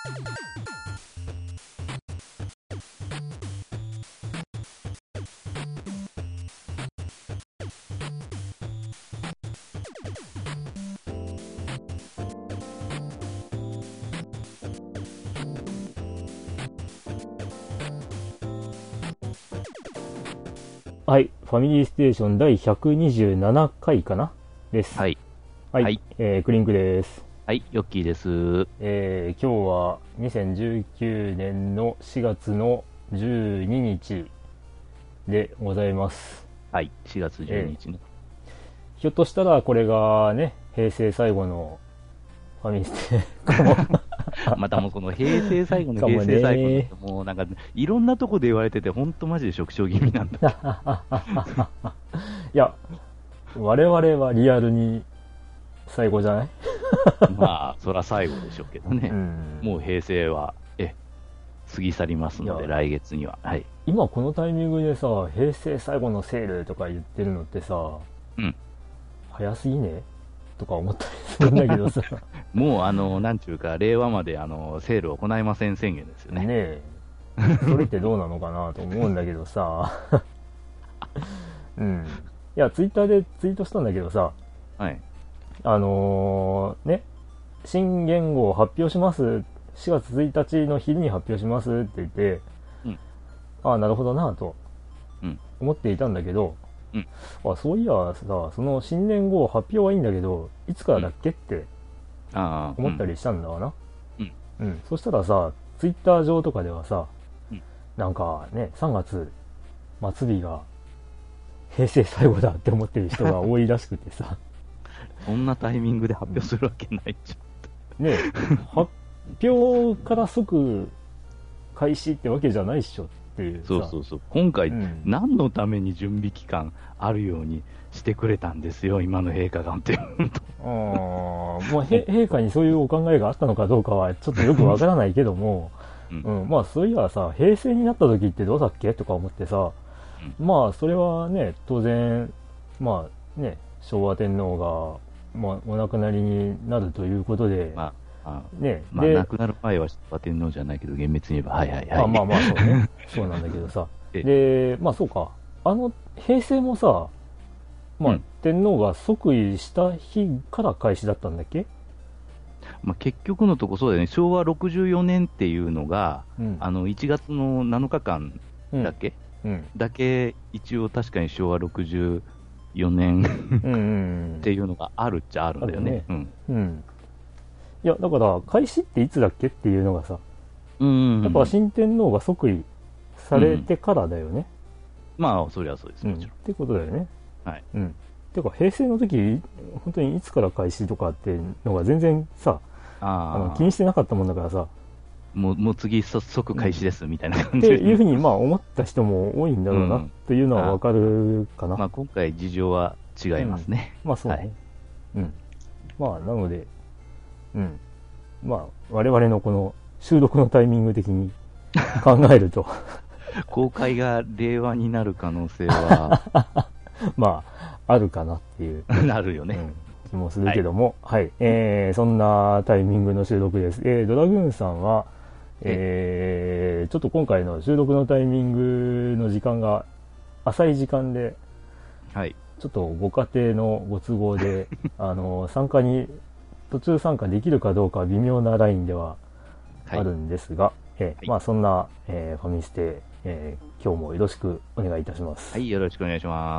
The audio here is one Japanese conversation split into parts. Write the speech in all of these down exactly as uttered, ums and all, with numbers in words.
はい、ファミリーステーションだいひゃくにじゅうななかいかなです。 はい。 はい、 はい、 えー、クリンクです。 はい、ヨッキーです。 えー、今日はにせんじゅうきゅうねんのしがつのじゅうににちでございます。 はい、しがつじゅうににちね、 えー。ひょっとしたらこれがね、平成最後のファミリーステかも。 またもうこの平成最後の平成最後のってもうなんかいろんなとこで言われてて本当マジで触傷気味なんだ。 いや、我々はリアルに最後じゃない？ まあそら最後でしょうけどね。 うん、 もう平成はえ過ぎ去りますので来月には。はい。 今このタイミングでさ、平成最後のセールとか言ってるのってさ、 うん。 早すぎねとか思ったりするんだけどさ。 もうあのなんちゅうか令和まであのセールを行いません宣言ですよね。 ねえ。それってどうなのかなと思うんだけどさ。うん。いや、ツイッターでツイートしたんだけどさ、 はい。 あのー、ね、新元号を発表します。しがつついたちの昼に発表しますって言って、 うん、 ああ、なるほどなと思っていたんだけど、 うん、 あ、そういやさ、その新年号発表はいいんだけど、いつからだっけって思ったりしたんだわな。うん。うん。そしたらさ、ツイッター上とかではさ、うん、なんかね、さんがつ末日が平成最後だって思ってる人が多いらしくてさ。 そんなタイミングで発表するわけないじゃん。ねえ、発表から即開始ってわけじゃないっしょっていうさ。 そうそうそう。今回、うん、何のために準備期間あるようにしてくれたんですよ、今の陛下がって。ああ、もう陛下にそういうお考えがあったのかどうかはちょっとよくわからないけども、うん、うん、まあそういやさ、平成になった時ってどうだっけとか思ってさ、うん、まあそれはね、当然、まあね、昭和天皇が、まあ、お亡くなりになるということで、まあ、 あね、まあ、亡くなる前は昭和天皇じゃないけど、厳密に言えば、はいはいはい。 あまあまあそうね。そうなんだけどさ。で、まあそうか。あの、平成もさ、まあ、うん、天皇が即位した日から開始だったんだっけ？ まあ、結局のとこそうだよね。しょうわろくじゅうよねんっていうのが、うん、あのいちがつのなのかかんだっけ、うんうん、だけ一応確かにしょうわろくじゅうよねんっていうのがあるっちゃあるんだよね。ね、うんうん、 いやだから開始っていつだっけっていうのがさ、 うんうんうん、 やっぱ新天皇が即位されてからだよね。 うん、まあそりゃそうです、もちろん。 ってことだよね。 はい。 うん。てか平成の時本当にいつから開始とかっていうのが全然さ、あの気にしてなかったもんだからさ。 もうもう次即開始ですみたいな感じで、 うん、っていうふうにまあ思った人も多いんだろうなというのはわかるかな。 まあ今回事情は違いますね。 うん、まあそうね。はい、うん。まあなので、うん。まあ我々のこの収録のタイミング的に考えると公開が令和になる可能性はまああるかなっていうなるよね、うん、 気もするけども、はい、はい、えー、そんなタイミングの収録です。えー、ドラグーンさんは、えー、ちょっと今回の収録のタイミングの時間が浅い時間で、 はい、 ちょっとご家庭のご都合であの参加に途中参加できるかどうか微妙なラインではあるんですが、はい、えーはい、まあそんな、えー、ファミステ、えー、今日もよろしくお願いいたします。 はい、よろしくお願いします。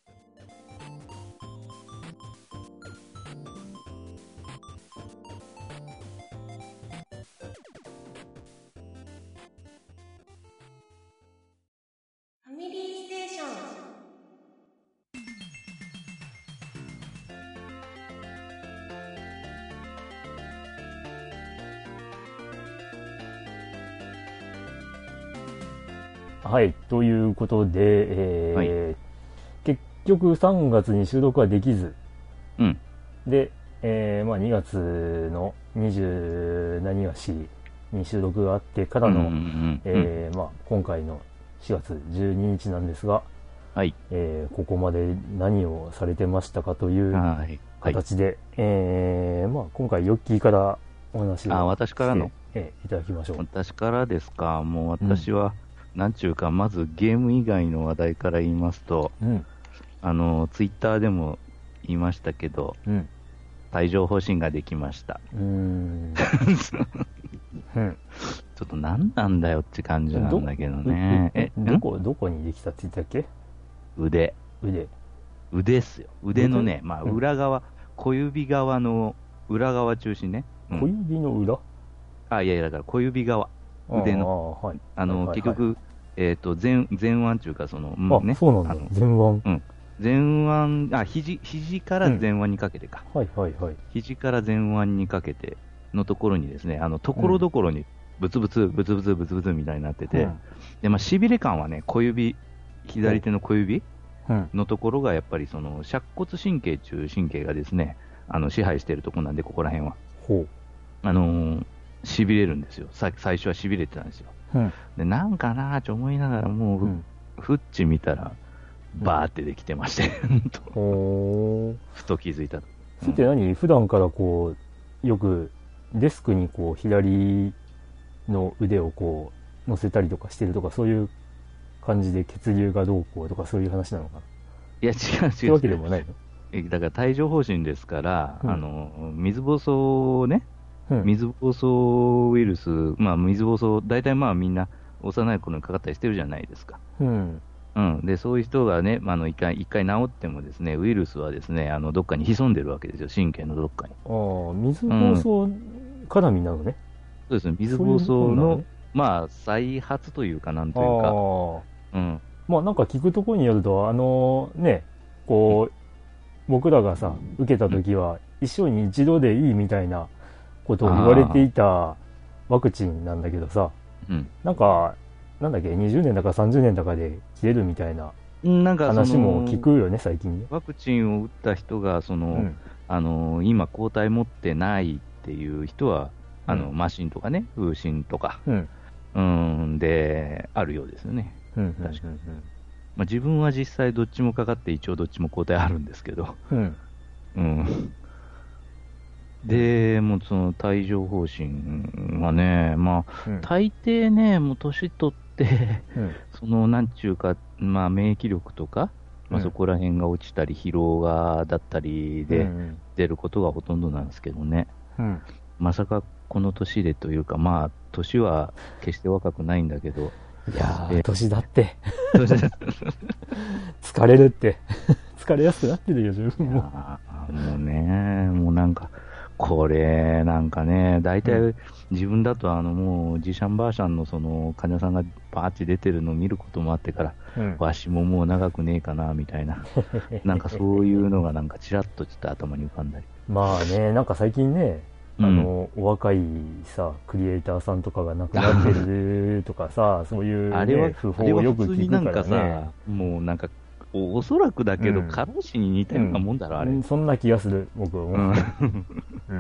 ファミリーステーション。 はい、ということで、えーはい、結局さんがつに収録はできず、 うん、 で、えーまあ、にがつのにじゅう何がしに収録があってからの今回のしがつじゅうににちなんですが、 はいえー、ここまで何をされてましたかという形で、はいはい、えーまあ、今回ヨッキーからお話をして、 あ私からのええ、いただきましょう。 私からですか。もう私は、うん、なんちゅうか、まずゲーム以外の話題から言いますと、うん、あの、ツイッターでも言いましたけど、うん、帯状疱疹ができました。うーんうん、ちょっと何なんだよって感じなんだけどね。 どえどこ、どこにできたって言ったっけ？ 腕。 腕。 腕っすよ。腕のね、まあ裏側、うん、小指側の裏側中心ね。 うん、小指の裏？ あ、いやいや、だから小指側。腕の。あ、はい、あの、はいはいはい、結局、えっ、ー、と、前、前腕っていうか、その、 うん、ね。そうなんだ。前腕。 うん。前腕、あ、肘、肘から前腕にかけてか。 うん、はいはいはい。 肘から前腕にかけてのところにですね、あの、ところどころに、ブツブツ、ブツブツ、ブツブツみたいになってて、うん、で、まあ、痺れ感はね、小指、左手の小指のところが、やっぱりその、尺骨神経中神経がですね、あの、支配しているところなんで、ここら辺は。ほう。あのー、痺れるんですよ。最初は痺れてたんですよ。うん、で、なんかなーって思いながら、もう、うん、ふっち見たら、バーってできてまして、うん、ふと気づいた。 それって何、うん、普段からこう、よくデスクにこう、左の腕をこう、乗せたりとかしてるとか、そういう感じで血流がどうこうとか、そういう話なのかな？ いや、違う違う。 そういうわけでもないの？ え、だから帯状疱疹ですから、うん、あの、水疱瘡ね、うん、水疱瘡ウイルス、まあ水疱瘡、大体まあみんな幼い頃にかかったりしてるじゃないですか。うん。うん。で、そういう人がね、あの、一回、一回治ってもですね、ウイルスはですね、あの、どっかに潜んでるわけですよ、神経のどっかに。 ああ、水疱瘡絡みなのね、うん。 そうですね、水疱瘡の、ね、まあ、再発というか、なんというか。 うん。まあ、なんか聞くところによると、あのね、こう、うん、僕らがさ、受けた時は、一生に一度でいいみたいなことを言われていたワクチンなんだけどさ、うん、なんか、なんだっけ、にじゅうねんだかさんじゅうねんだかで切れるみたいな話も聞くよね、最近ね。 ワクチンを打った人が、その、うん、あの、今抗体持ってないっていう人は、あの、うん、マシンとかね、風疹とか、うん、うんで、あるようですよね。うん、確かに。まあ、自分は実際どっちもかかって一応どっちも抗体あるんですけど、うんうん、で、もうその帯状疱疹はね、まあ、うん、大抵ね、もう年取って、うん、そのなんちゅうか、まあ、免疫力とか、まあ、そこら辺が落ちたり、疲労がだったりで出ることがほとんどなんですけどね、うん、まさかこの年でというか、まあ、年は決して若くないんだけど、 いやー、年だって。疲れるって。疲れやすくなってるよ、自分も。 もうね、もうなんか、これ、なんかね、大体自分だと、あの、もう、じいしゃんばあしゃんのその、患者さんがバーって出てるのを見ることもあってから、うん、わしももう長くねえかな、みたいな。なんかそういうのがなんかちらっとちょっと頭に浮かんだり。 まあね、なんか最近ね、あの、うん、お若いさ、クリエイターさんとかが亡くなってるとかさ、そういう、ね、 あれは、 訃報をよく聞くからね。 なんかさ、もうなんか、お, おそらくだけど、うん、過労死に似たようなもんだろ、あれ、 うん。そんな気がする、僕は。うんうん、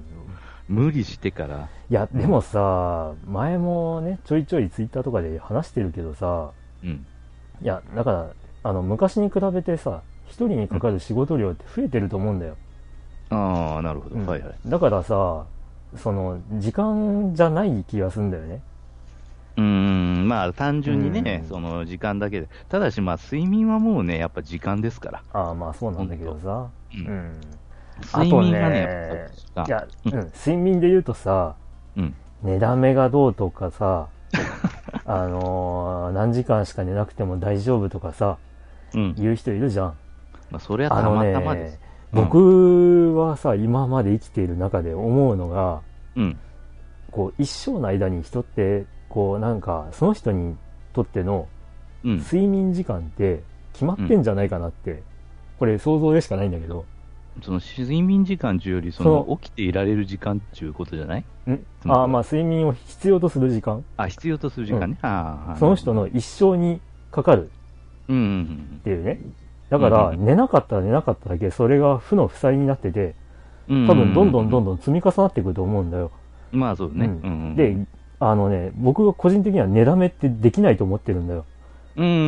無理してから。 いや、でもさ、前もね、ちょいちょいツイッターとかで話してるけどさ、うん、いや、だから、あの、昔に比べてさ、一人にかかる仕事量って増えてると思うんだよ。 ああ、なるほど、うん、はいはい。 だからさ、その、時間じゃない気がするんだよね。 うーん、まあ単純にね、うん、その時間だけで。ただしまあ睡眠はもうね、やっぱ時間ですから。 ああ、まあそうなんだけどさ。うん。うん、 睡眠がね、 あとね、いや、うん、睡眠で言うとさ、うん、寝だめがどうとかさ、あのー、何時間しか寝なくても大丈夫とかさ、うん、言う人いるじゃん。 まあそれはたまたまです。 僕はさ、今まで生きている中で思うのが、うん、こう一生の間に人ってこうなんかその人にとっての睡眠時間って決まってんじゃないかなって、うん、これ想像でしかないんだけど、 その睡眠時間中よりその起きていられる時間っていうことじゃない？ んああ、まあ睡眠を必要とする時間。 あ、必要とする時間ね。うん、あその人の一生にかかるっていうね。だから、寝なかったら寝なかっただけ、それが負の負債になってて、多分どんどんどんどん積み重なってくると思うんだよ。 まあそうね。うん、 で、あのね、僕が個人的には寝だめってできないと思ってるんだよ。 うん。うん、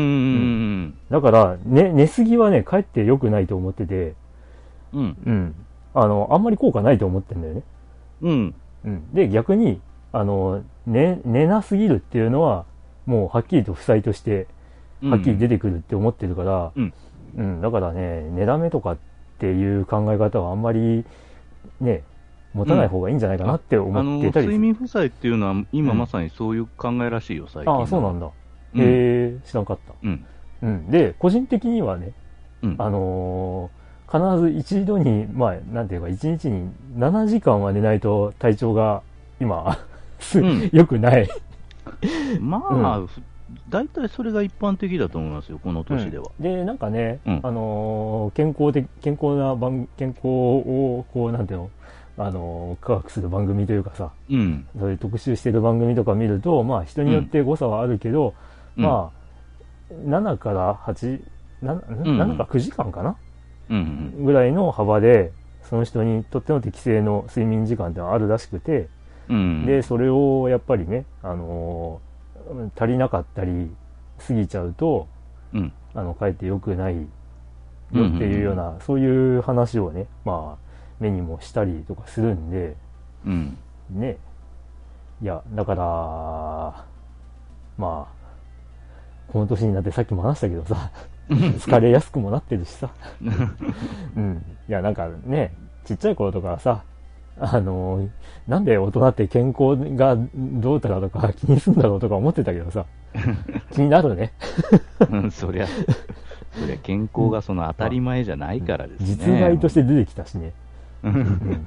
だから、ね、寝すぎはね、かえって良くないと思ってて、うん。うん。あの、あんまり効果ないと思ってんだよね。うん。うん。で、逆に、 あの、寝、寝なすぎるっていうのは、もうはっきりと負債として、はっきり出てくるって思ってるから、うん、うん、だからね、寝だめとかっていう考え方はあんまり、ね、持たない方がいいんじゃないかなって思ってたりする、うん、 睡眠負債っていうのは、今まさにそういう考えらしいよ、最近。 ああ、そうなんだ。へえ、知らんかった。うん。うん。で、個人的にはね、うん、あのー、必ず一度に、まあ、なんていうか、一日にななじかんは寝ないと体調が今、うん、良くない。 まあ、うん、大体それが一般的だと思いますよ、この年では。 うん、で、なんかね、うん、あのー、健康的、健康な番、健康を、こう、なんていうの、あのー、科学する番組というかさ、うん、そういう特集してる番組とか見ると、まあ、人によって誤差はあるけど、うん、まあ、ななからはち、ななかくじかんかな、うんうん、ぐらいの幅で、その人にとっての適正の睡眠時間ってのはあるらしくて、うん、で、それをやっぱりね、あのー、足りなかったり過ぎちゃうと、うん、あの、かえって良くないよっていうような、うんうんうん、そういう話をね、まあ、目にもしたりとかするんで、うん、ね。いや、だから、まあ、この年になってさっきも話したけどさ、疲れやすくもなってるしさ。うん。いや、なんかね、ちっちゃい頃とかさ、あのー、なんで大人って健康がどうたらとか気にするんだろうとか思ってたけどさ、気になるね。 うん、そりゃ、そりゃ健康がその当たり前じゃないからですね。 実害として出てきたしね。うん、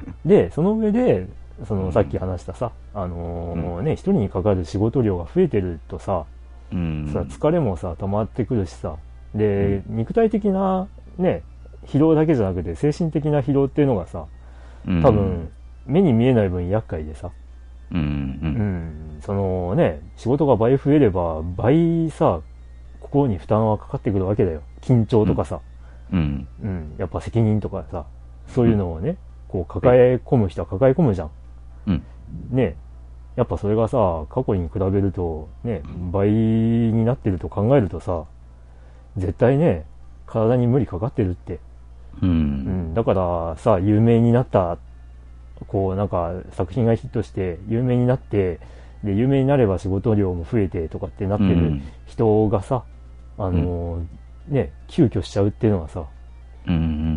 で、その上で、そのさっき話したさ、あのー、ね、一人にかかる仕事量が増えてるとさ、うん、さ疲れもさ溜まってくるしさ、で、うん、肉体的なね疲労だけじゃなくて精神的な疲労っていうのがさ、多分目に見えない分厄介でさ、うんうんうん、そのね仕事が倍増えれば倍さ心に負担はかかってくるわけだよ。緊張とかさ、うんうん、やっぱ責任とかさ、そういうのをねこう抱え込む人は抱え込むじゃん、うん、ね。やっぱそれがさ、過去に比べるとね、倍になってると考えるとさ、絶対ね、体に無理かかってるって。うん。うん、だからさ、有名になった、こうなんか作品がヒットして有名になって、で、有名になれば仕事量も増えてとかってなってる人がさ、うん、あのー、ね、急遽しちゃうっていうのはさ、うん、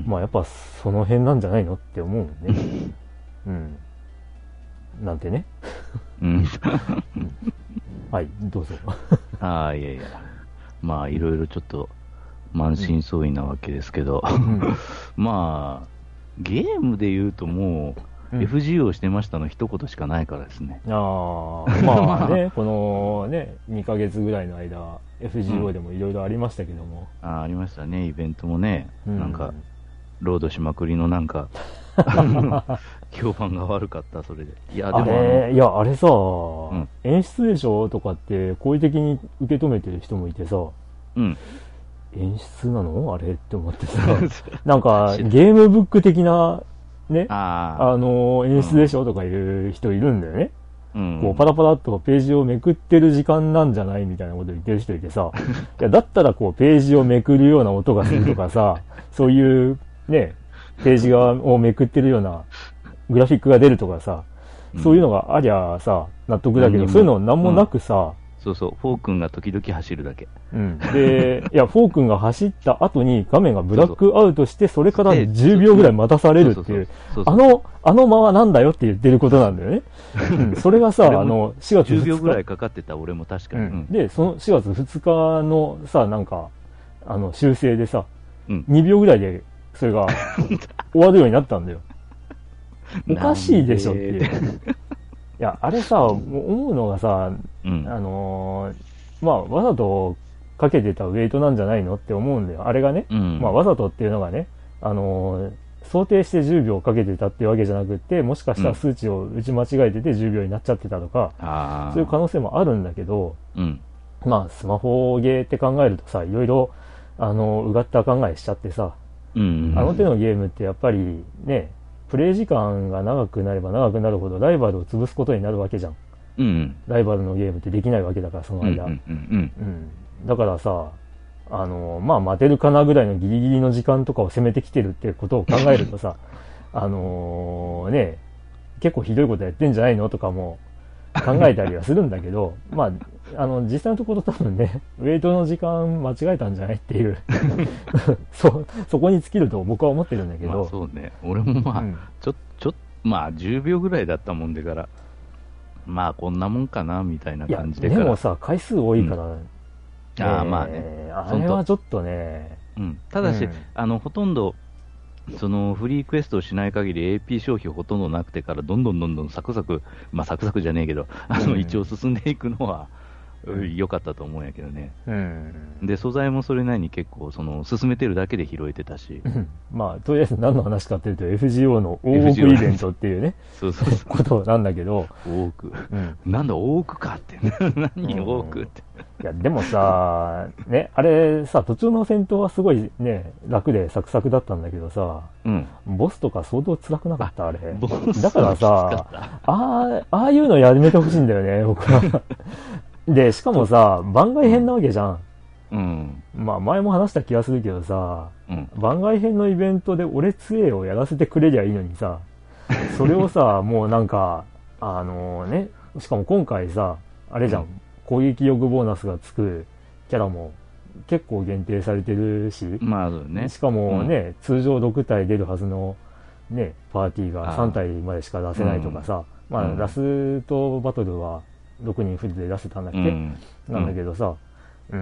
まあやっぱその辺なんじゃないのって思うね。うん。なんてね。うん、はい、どうぞ。 ああ、いやいや。まあ、いろいろちょっと、満身創痍なわけですけど、うん、まあ、ゲームで言うともう、エフジーオー してましたの一言しかないからですね。 うん、ああ、まあね、このね、にかげつぐらいの間、エフジーオー でもいろいろありましたけども。 うん、ああ、ありましたね、イベントもね、うん、なんか、ロードしまくりのなんか、評判が悪かった、それで。 いや、でもあれ、いや、あれさ、うん、演出でしょとかって好意的に受け止めてる人もいてさ、うん、演出なのあれって思ってさ、なんかゲームブック的なね、あ, あの演出でしょとかいう人いるんだよね。うん、こうパラパラっとページをめくってる時間なんじゃないみたいなこと言ってる人いてさ、いやだったらこうページをめくるような音がするとかさ、そういうね、ページ側をめくってるようなグラフィックが出るとかさ、そういうのがありゃさ、納得だけど、そういうのなんもなくさ、うん、 そうそう、フォー君が時々走るだけ。 うん。で、いや、フォー君が走った後に画面がブラックアウトして、それからじゅうびょうぐらい待たされるっていう、あの、あの間はなんだよって言ってることなんだよね。うん、それがさ、あの、しがつふつか。 じゅうびょうぐらいかかってた、俺も確かに。うん、 で、そのしがつふつかのさ、なんか、あの、修正でさ、うん、にびょうぐらいで、それが終わるようになったんだよ。おかしいでしょっていう。いや、あれさ、思うのがさ、うん、あのー、まあ、わざとかけてたウェイトなんじゃないのって思うんだよ。あれがね、うん、まあ、わざとっていうのがね、あのー、想定してじゅうびょうかけてたっていうわけじゃなくて、もしかしたら数値を打ち間違えててじゅうびょうになっちゃってたとか、うん、そういう可能性もあるんだけど、うん、まあ、スマホゲーって考えるとさ、いろいろ、あのー、うがった考えしちゃってさ、うんうん、あの手のゲームってやっぱりね、プレイ時間が長くなれば長くなるほどライバルを潰すことになるわけじゃん。うん、ライバルのゲームってできないわけだから、その間。うんうんうんうん、だからさ、あの、まあ、待てるかなぐらいのギリギリの時間とかを攻めてきてるってことを考えるとさ、あのー、ね、結構ひどいことやってんじゃないのとかも考えたりはするんだけど、まあ、あの、実際のところ多分ね、ウェイトの時間間違えたんじゃないっていう、そ、そこに尽きると僕は思ってるんだけど。 まあそうね。俺もまあ、うん、ちょ、ちょ、まあじゅうびょうぐらいだったもんでから、まあこんなもんかな、みたいな感じでから。 でもさ、回数多いから、うん、 ああ、まあね。 あれはちょっとね。 うん。ただし、うん、あの、ほとんど、そのフリークエストをしない限り エーピー 消費ほとんどなくてから、どんどんどんどんサクサク、まあサクサクじゃねえけど、あの、一応進んでいくのは、良かったと思うんやけどね、うん、で素材もそれなりに結構その進めてるだけで拾えてたし、 まあとりあえず何の話かっていうと エフジーオー の大奥イベントっていうねそうそうそうことなんだけど、 大奥、うん、なんだ大奥かって何大奥って、 いやでもさねあれさ途中の戦闘はすごいね楽でサクサクだったんだけどさ、うん、ボスとか相当辛くなかったあれだからさあああいうのやめてほしいんだよね僕はで、しかもさ、番外編なわけじゃん。うん。まあ、前も話した気がするけどさ、うん、番外編のイベントで俺杖をやらせてくれりゃいいのにさ、それをさ、もうなんか、あのー、ね、しかも今回さ、あれじゃん、うん、攻撃力ボーナスがつくキャラも結構限定されてるし、 まあそうね。 しかもね、うん、通常ろくたい出るはずのね、パーティーがさんたいまでしか出せないとかさ、うん、まあ、ラストバトルは、ろくにんフルで出せたんだっけ、うん、なんだけどさ、うん、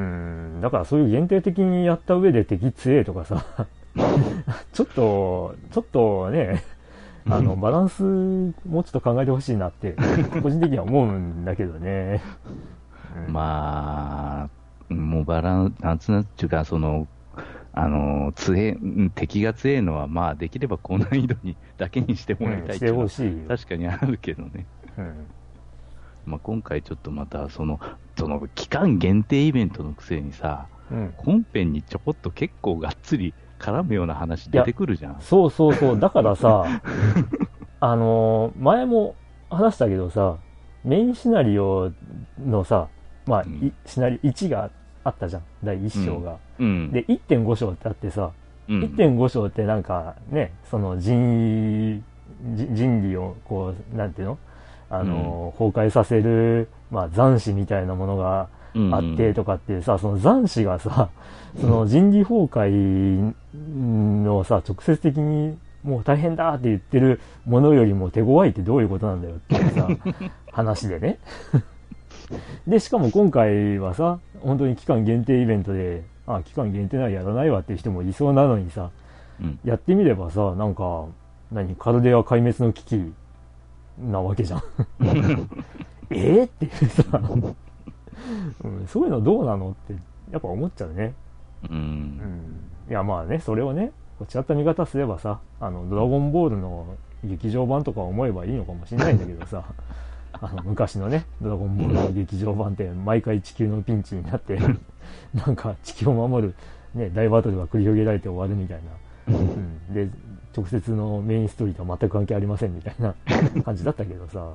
だからそういう限定的にやった上で敵強えとかさ、ちょっと、ちょっとね、あの、バランスもうちょっと考えてほしいなって、個人的には思うんだけどね。 うん、まあ、もうバランス、なんつうの、か、その、あの、強え、敵が強えのは、まあ、できれば高難易度にだけにしてもらいたいっていうのは、うん、してほしい。確かにあるけどね。うんまあ、今回ちょっとまたその、その期間限定イベントのくせにさ、うん、本編にちょこっと結構がっつり絡むような話出てくるじゃん。 そうそうそう。だからさ、あのー、前も話したけどさ、メインシナリオのさ、まあ、うん、シナリオいちがあったじゃん。だいいち章が。うんうん、で、いってんご章ってあってさ、うん、いってんご章ってなんかね、その人、人理をこう、なんていうのあの、うん、崩壊させる、まあ、残死みたいなものがあってとかってさ、うんうん、その残死がさ、その人理崩壊のさ、直接的にもう大変だって言ってるものよりも手強いってどういうことなんだよっていうさ、話でね。で、しかも今回はさ、本当に期間限定イベントで、あ、期間限定ならやらないわっていう人もいそうなのにさ、うん、やってみればさ、なんか、何、カルデア壊滅の危機、なわけじゃんえーっていうさ、うん、そういうのどうなのってやっぱ思っちゃうね、うん、うん、いやまあねそれをね違った見方すればさあのドラゴンボールの劇場版とか思えばいいのかもしれないんだけどさあの昔のねドラゴンボールの劇場版って毎回地球のピンチになってなんか地球を守る、ね、大バトルが繰り広げられて終わるみたいな、うん、で直接のメインストーリーとは全く関係ありませんみたいな感じだったけどさ、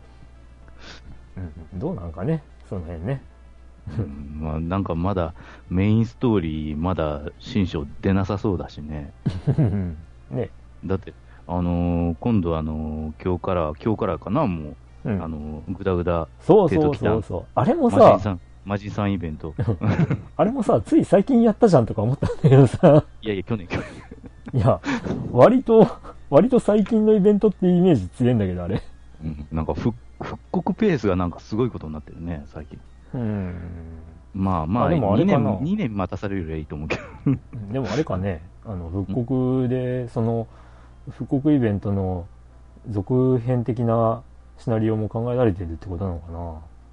うん、どうなんかねその辺ね、 うん、まあなんかまだメインストーリーまだ新章出なさそうだしねねだってあのー、今度あのー、今日から今日からかなもう、うん、あのー、ぐだぐだそうそうそうそうあれもさマジさんイベントあれもさつい最近やったじゃんとか思ったんだけどさいやいや去年去年いや、割と、割と最近のイベントってイメージ強いんだけど、あれ。 うん、なんか復、復刻ペースがなんかすごいことになってるね、最近。うん。まあまあ、あでもあれかなにねん、にねん待たされるよりはいいと思うけど。 でもあれかね、あの、復刻で、その、復刻イベントの続編的なシナリオも考えられてるってことなのかな。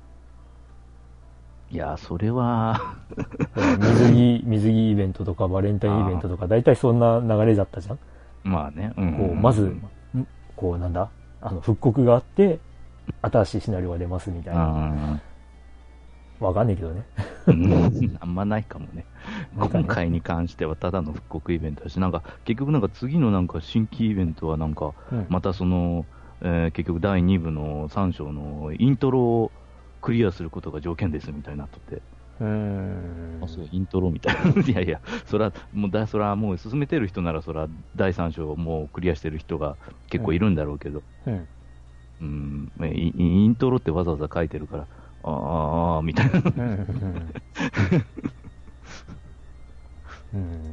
いや、それは水着、水着イベントとかバレンタインイベントとか、大体そんな流れだったじゃん。 まあね。うん、 こう、まず、こうなんだ、あの、復刻があって、新しいシナリオが出ますみたいな。わかんないけどね。 あんまないかもね。今回に関してはただの復刻イベントだし、なんか、結局なんか次のなんか新規イベントはなんか、またその、うんえー、結局だいに部のさん章のイントロを、クリアすることが条件ですみたいになっとって。うーん。あ、そう、イントロみたいな。いやいや、そら、もうだ、そら、もう進めてる人なら、そら、だいさん章もうクリアしてる人が結構いるんだろうけど。うん。 うん、イ, イントロってわざわざ書いてるから、あーあーみたいな。うん 、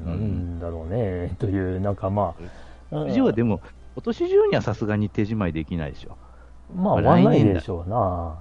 なんだろうね、という、なんかまあ。藤はでも、今年中にはさすがに手仕舞いできないでしょ。 まあ、終わらないでしょうな。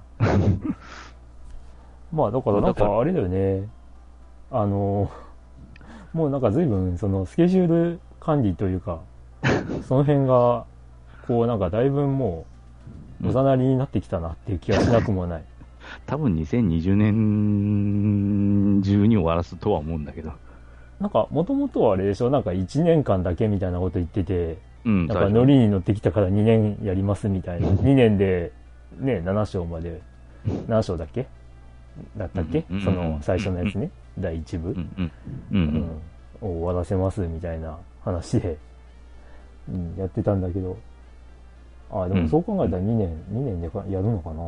まあ、だからなんかあれだよね。あの、もうなんか随分、そのスケジュール管理というか、その辺が、こうなんかだいぶもう、おざなりになってきたなっていう気がしなくもない。 多分にせんにじゅうねん中に終わらすとは思うんだけど。 なんか、もともとはあれでしょ、なんかいちねんかんだけみたいなこと言ってて、うん、なんかノリに乗ってきたからにねんやりますみたいな。にねんで、ね、なな章まで、なな章だっけだったっけ、うんうん、その最初のやつね、うんうん、だいいち部、うんうんうんうん、を終わらせますみたいな話で、うん、やってたんだけど、あでもそう考えたらにねん、にねんでやるのか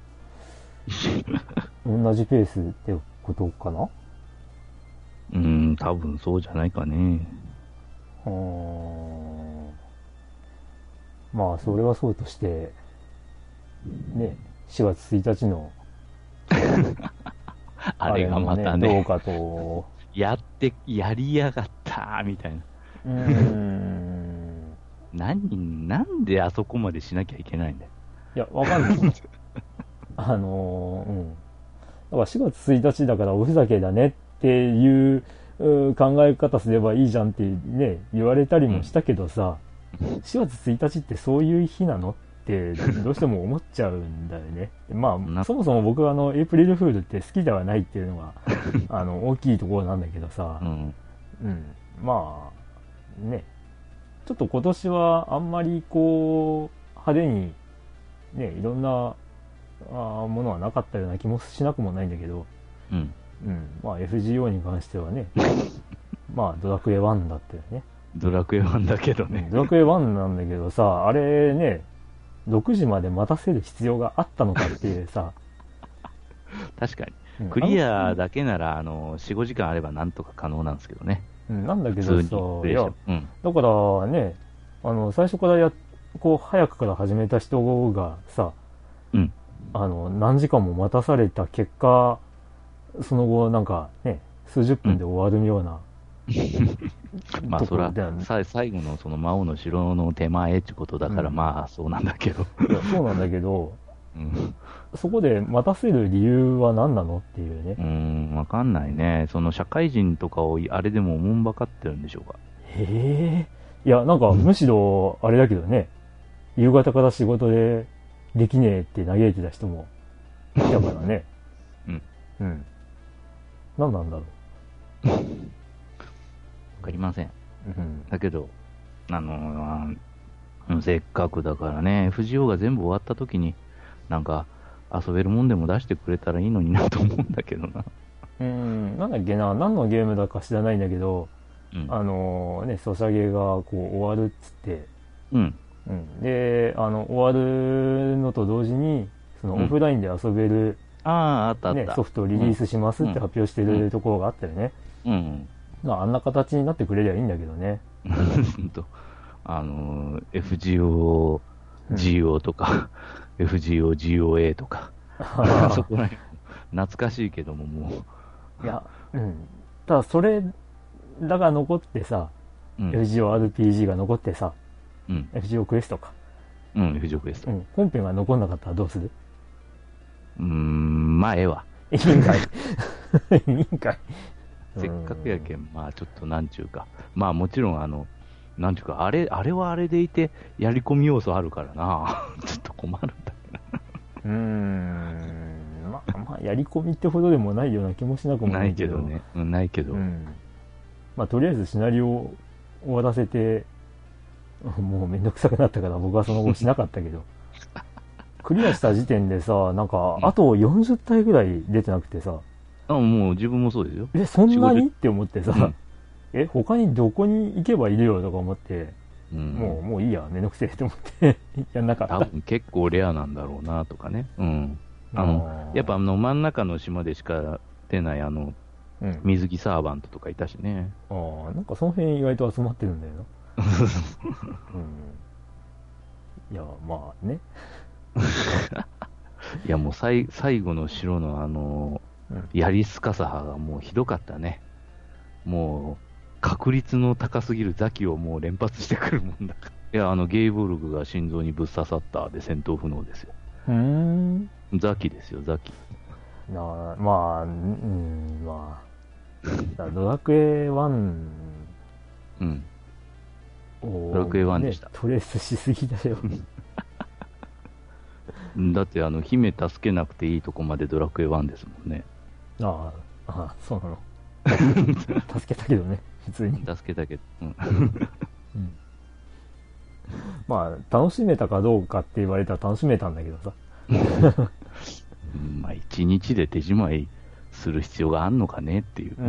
な同じペースってことかな。 うん、多分そうじゃないかね。 うーん。まあ、それはそうとして、ね、しがつついたちの、 あれがまたね、 どうかと。 やって、やりやがったみたいな。うーん。何、なんであそこまでしなきゃいけないんだよ。 いや、わかんない。あのー、うん。だからしがつついたちだからおふざけだねっていう考え方すればいいじゃんってね、言われたりもしたけどさ、うん、しがつついたちってそういう日なのってどうしても思っちゃうんだよね。まあ、そもそも僕はあの、エイプリルフールって好きではないっていうのが、あの、大きいところなんだけどさ、うん、うん。まあ、ね、ちょっと今年はあんまりこう、派手に、ね、いろんなあものはなかったような気もしなくもないんだけど、うん。うん。まあ エフジーオー に関してはね、まあドラクエワンだったよね。 ドラクエワンだけどね。 ドラクエワンなんだけどさ、あれね、ろくじまで待たせる必要があったのかっていうさ。 確かに。クリアだけなら、あの、よん、ごじかんあればなんとか可能なんですけどね。 うん、なんだけどさ、いや、うん、だからね、あの、最初からや、こう、早くから始めた人がさ、うん。あの、何時間も待たされた結果、その後、なんかね、数十分で終わるような。 うん、まあ、そら、最後のその魔王の城の手前ってことだから、うん、まあ、そうなんだけど。 いや、そうなんだけど、うん、そこで待たせる理由は何なのっていうね。 うん、わかんないね。その社会人とかをあれでもおもんばかってるんでしょうか。 へえ。いや、なんか、むしろ、あれだけどね、夕方から仕事でできねえって嘆いてた人もいたからね。うん。うん。何なんだろう。 わかりません。うん。だけど、あのー、せっかくだからね、エフジーオー が全部終わった時に、なんか、遊べるもんでも出してくれたらいいのになと思うんだけどな。 うん、なんだっけな、何のゲームだか知らないんだけど、うん、あのー、ね、ソシャゲがこう終わるっつって、うん。うん、で、あの、終わるのと同時に、そのオフラインで遊べる、うん、 ああ、あったあった、 ね、ソフトをリリースしますって発表してるところがあったよね。うん。うん、まあ、あんな形になってくれりゃいいんだけどね。 あのー、エフジーオー、ジーオー とか、うん、エフジーオー、ジーオーエー とか、そこら辺、懐かしいけども、もう。いや、うん。ただ、それ、だが残ってさ、うん、エフジーオーアールピージー が残ってさ、うん、エフジーオー クエストか。 うん、エフジーオー クエスト。うん、 本編が残んなかったらどうする？ うーん、まあ、ええわ。 いいんかい。いいんかい。 せっかくやけん、まあ、ちょっとなんちゅうか。まあ、もちろん、あの、なんちゅうか、あれ、あれはあれでいて、やり込み要素あるからな。ちょっと困るんだけど。 うーん、まあ、まあ、やり込みってほどでもないような気もしなくもないけど。 ないけどね。うん、ないけど。うん、 まあ、とりあえずシナリオを終わらせて、もうめんどくさくなったから僕はその後しなかったけど。クリアした時点でさ、なんか、あとよんじゅったいぐらい出てなくてさ。 あ、もう自分もそうですよ。 え、そんなにって思ってさ、うん、え、他にどこに行けばいるよとか思って、うん、もう、もういいや、めんどくせえと思ってやんなかった。 多分結構レアなんだろうなとかね。うん。あの、やっぱあの真ん中の島でしか出ないあの、うん、水着サーバントとかいたしね。 ああ、なんかその辺意外と集まってるんだよな。うん、いや、まあね。 いやもう最最後の城のあの、うん、やりすかさがもうひどかったね。もう確率の高すぎるザキをもう連発してくるもんだから。いや、あのゲイボルグが心臓にぶっ刺さったで戦闘不能ですよ。 うーん。 ザキですよ、ザキ。 なあ、まあ、うん、まあ、ドラクエワン、 うん。ドラクエワンでした。 ね、トレースしすぎだよ。 だってあの姫助けなくていいとこまでドラクエワンですもんね。 ああ、ああ、そうなの。助けたけどね、普通に。 助けたけど。うん。 うん、まあ、楽しめたかどうかって言われたら楽しめたんだけどさ。 まあ、一日で手仕舞いする必要があんのかねっていう。うん。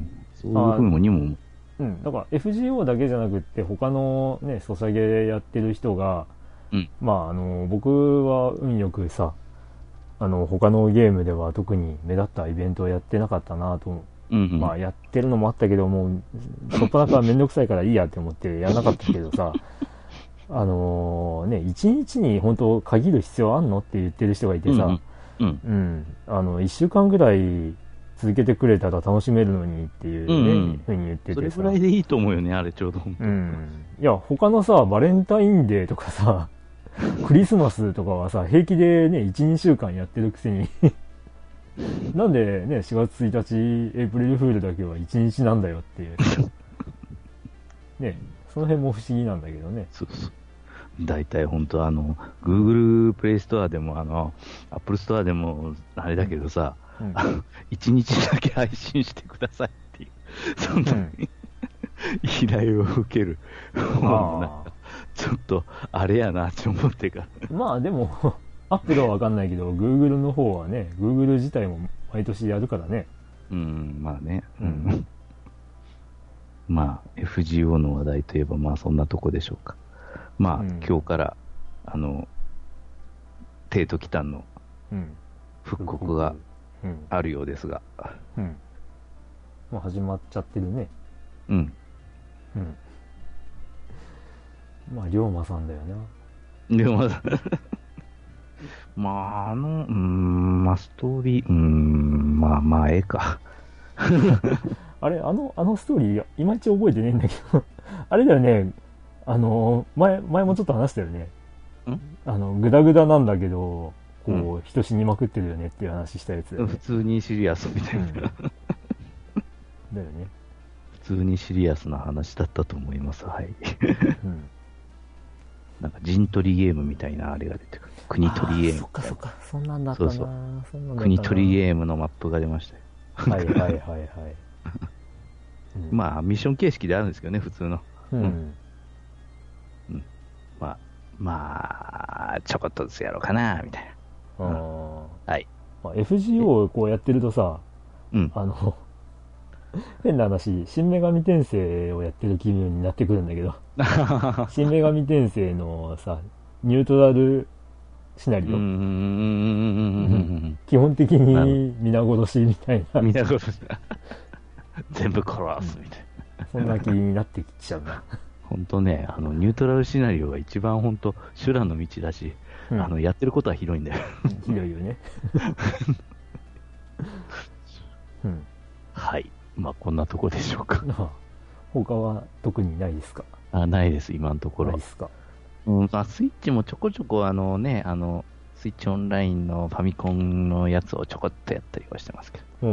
そういうふうにも。 うん。だから エフジーオー だけじゃなくって、他のね、ソシャゲやってる人が、うん、まあ、あの、僕は運よくさ、あの、他のゲームでは特に目立ったイベントをやってなかったなと、うんうん、まあ、やってるのもあったけど、もう、そっぱなからめんどくさいからいいやって思ってやらなかったけどさ、あのー、ね、一日に本当限る必要あんのって言ってる人がいてさ、うんうん、うん、あの、一週間ぐらい続けてくれたら楽しめるのにっていうね、うんうん、ふうに言っててさ。 それぐらいでいいと思うよね、あれちょうど。 うん。いや、他のさ、バレンタインデーとかさ、クリスマスとかはさ、平気でね、いち、にしゅうかんやってるくせになんでね、しがつついたち、エイプリルフールだけはいちにちなんだよっていう。ね、その辺も不思議なんだけどね。 そうそう。大体本当あの、Google プレイストアでも、あの、Apple ストアでも、あれだけどさ、うん、いちにちだけ配信してくださいっていう、そんな、うん、依頼を受ける。ちょっと、あれやなって思ってから。 まあでも、アップルはわかんないけど、Google の方はね、Google 自体も毎年やるからね。 うん、まあね。うん、まあ、エフジーオー の話題といえば、まあそんなとこでしょうか。まあ、うん、今日から、あの、帝都祈祷の復刻があるようですが。うん。うん、 もう始まっちゃってるね。 うん。 うん。まあ、龍馬さんだよな。 龍馬さん。まあ、あの、うーん、まあ、ストーリー、うーん、まあまあ、ええか。 あれ、あの、あのストーリー、いまいち覚えてねえんだけど、あれだよね、あの、前、前もちょっと話したよね。 んあの、グダグダなんだけど、こう、うん、人死にまくってるよねっていう話したやつだよね。 普通にシリアスみたいな。うん、だよね。普通にシリアスな話だったと思います。はい。うん、なんか陣取りゲームみたいなあれが出てくる。国取りゲーム。 そっかそっか、そんなんだったな。そうそう。 国取りゲームのマップが出ましたよ。 はいはいはいはい。 うん、まあ、ミッション形式であるんですけどね、普通の。うん。うんうん、まあ、まあ、ちょこっとずつやろうかな、みたいな。うん、はい。 まあ、エフジーオー をこうやってるとさ、うん、あの、変な話、新女神転生をやってる気分になってくるんだけど、新女神転生のさ、ニュートラルシナリオ。基本的に皆殺しみたいな。 皆殺し。全部殺すみたいな。そんな気になってきちゃうな。 本当ね、あの、ニュートラルシナリオが一番本当、修羅の道だし、うん、あの、やってることは広いんだよ。 広いよね。 うん、はい。まあ、こんなとこでしょうか。 他は特にないですか？ あ、ないです、今のところ。 ないですか。 うん、まあ、スイッチもちょこちょこ、あのね、あの、スイッチオンラインのファミコンのやつをちょこっとやったりはしてますけど。うん。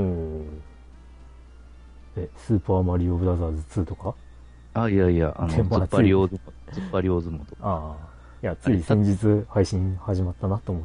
え、スーパーマリオブラザーズツーとか？ あ、いやいや、あの、突っ張り大相撲、突っ張り大相撲とか。 ああ。いや、つい先日配信始まったなと思って。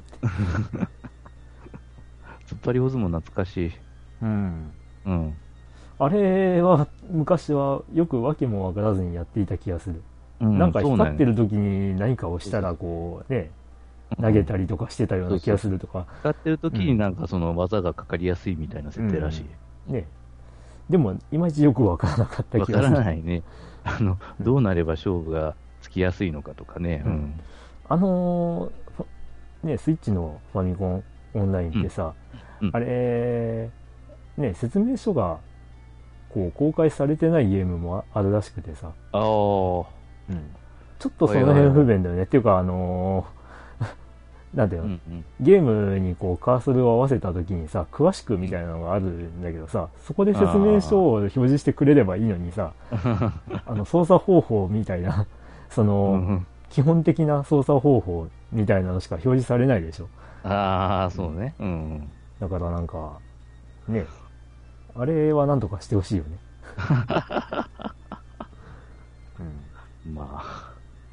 突っ張り大相撲懐かしい。 うん。うん。あれは、昔はよく訳もわからずにやっていた気がする。うん、なんか光ってる時に何かをしたら、こう、ね、投げたりとかしてたような気がするとか。 光ってる時になんかその技がかかりやすいみたいな設定らしい。 うん、ね。でも、いまいちよくわからなかった気がする。 わからないね。あの、どうなれば勝負がつきやすいのかとかね。うん。うん、 あのー、ね、スイッチのファミコンオンラインってさ、うんうん、あれ、ね、説明書が、こう、公開されてないゲームもあるらしくてさ。 ああ。うん。 ちょっとその辺不便だよね。っていうか、あのー、 なんていうの、うんうん、ゲームにこうカーソルを合わせた時にさ、詳しくみたいなのがあるんだけどさ、そこで説明書を表示してくれればいいのにさ、あの操作方法みたいな、その、うんうん、基本的な操作方法みたいなのしか表示されないでしょ。 ああ、そうね。うん。 だからなんか、ね、あれはなんとかしてほしいよね。 うん、まあ。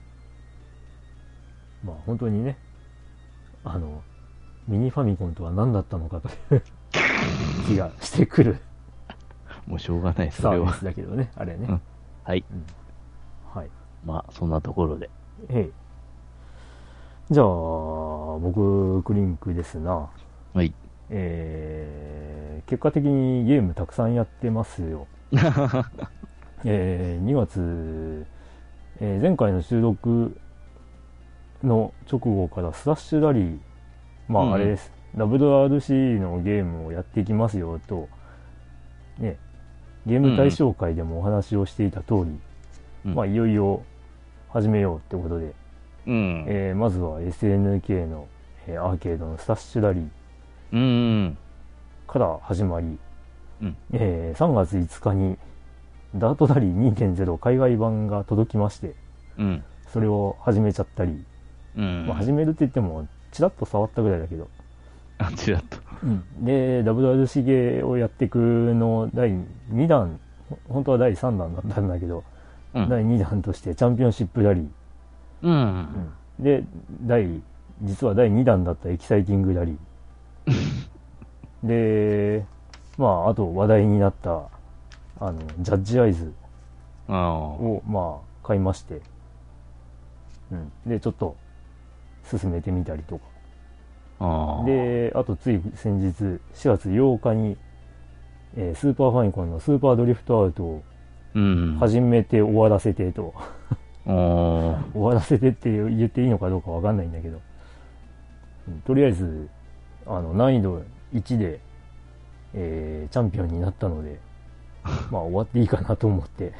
まあ本当にね、あの、ミニファミコンとは何だったのかという気がしてくる。 もうしょうがない、 それは。サービスだけどね、あれね。うん、 はい、 うん。はい。 まあ、そんなところで。 ええ。じゃあ、僕、クリンクですな。 はい。 えー、結果的にゲームたくさんやってますよ。えー、にがつ、えー、前回の収録の直後からスラッシュラリー、まああれです、うん、ダブルアールシー のゲームをやっていきますよと、ね、ゲーム対象会でもお話をしていた通り、うん、まあいよいよ始めようってことで、 うん、 えー、まずは エスエヌケー の、えー、アーケードのスラッシュラリー、 うん、 から始まり、 うんえー、さんがついつかにダートラリー にてんゼロ 海外版が届きまして、 うん、 それを始めちゃったり、 うんまあ、始めるって言ってもチラッと触ったぐらいだけど、 あチラッと、 うん、で ダブルアールシー ゲーをやっていくのだいにだん、本当はだいさんだんだったんだけど、うん、だいにだんとしてチャンピオンシップラリー、 うんうん、で第実はだいにだんだったエキサイティングラリーで、まああと話題になったあのジャッジアイズをまあ買いまして、うん、でちょっと進めてみたりとか、 あであとつい先日しがつようかに、えー、スーパーファミコンのスーパードリフトアウトを始めて終わらせてと、 うん、 終わらせてって言っていいのかどうかわかんないんだけど、うん、とりあえずあの難易度いちで、えー、チャンピオンになったのでまあ終わっていいかなと思って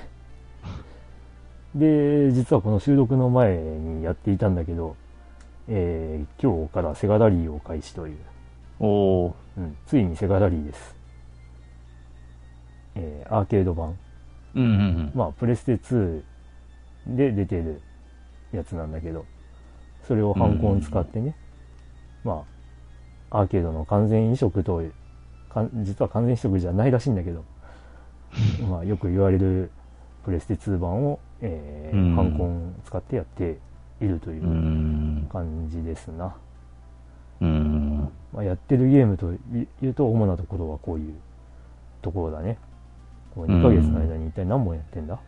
で実はこの収録の前にやっていたんだけど、えー、今日からセガラリーを開始という、 おー、 うん、ついにセガラリーです、えー、アーケード版、 うんうんうん、 まあプレステツーで出てるやつなんだけど、それをハンコン使ってね、うんうんうん、まあアーケードの完全移植とか実は完全移植じゃないらしいんだけどまあよく言われるプレステツー版を、えーうん、ハンコン使ってやっているという感じですな、 うんまあ、やってるゲームというと主なところはこういうところだね。こうにかげつの間に一体何本やってんだ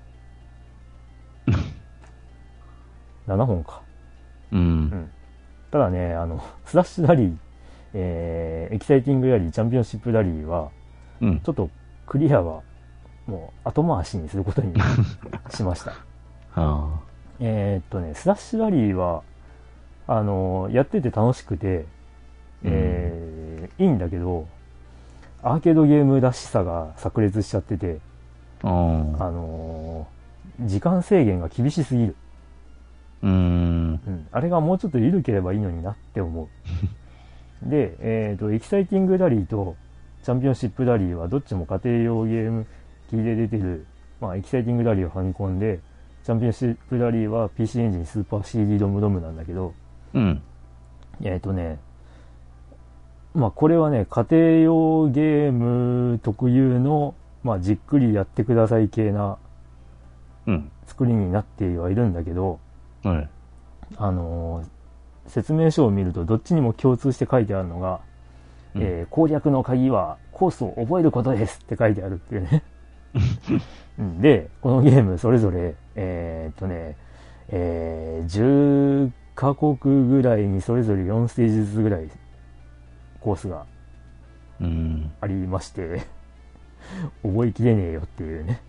ななほんか、 うんうん、 ただねあのスラッシュラリー、えー、エキサイティングラリー、チャンピオンシップラリーは、 うん、 ちょっとクリアはもう後回しにすることにしましたはあ、 えー、っとねスラッシュラリーはあのやってて楽しくて、えーうん、いいんだけどアーケードゲームらしさが炸裂しちゃってて、 あのー、時間制限が厳しすぎる。 うーん、うん、 あれがもうちょっと緩ければいいのになって思うで、えーと、エキサイティングラリーとチャンピオンシップラリーはどっちも家庭用ゲーム機で出てる、まあ、エキサイティングラリーはファミコンで、チャンピオンシップラリーは ピーシー エンジンスーパー シーディー ドムドムなんだけど、 うん、 えっとねまあこれはね家庭用ゲーム特有の、まあ、じっくりやってください系な作りになってはいるんだけど、 うん、 あのー、説明書を見るとどっちにも共通して書いてあるのが、うんえー、攻略の鍵はコースを覚えることですって書いてあるっていうねでこのゲームそれぞれえー、っとね、えー、じゅっカ国ぐらいにそれぞれよんステージずつぐらいコースがありまして、うん、覚えきれねえよっていうね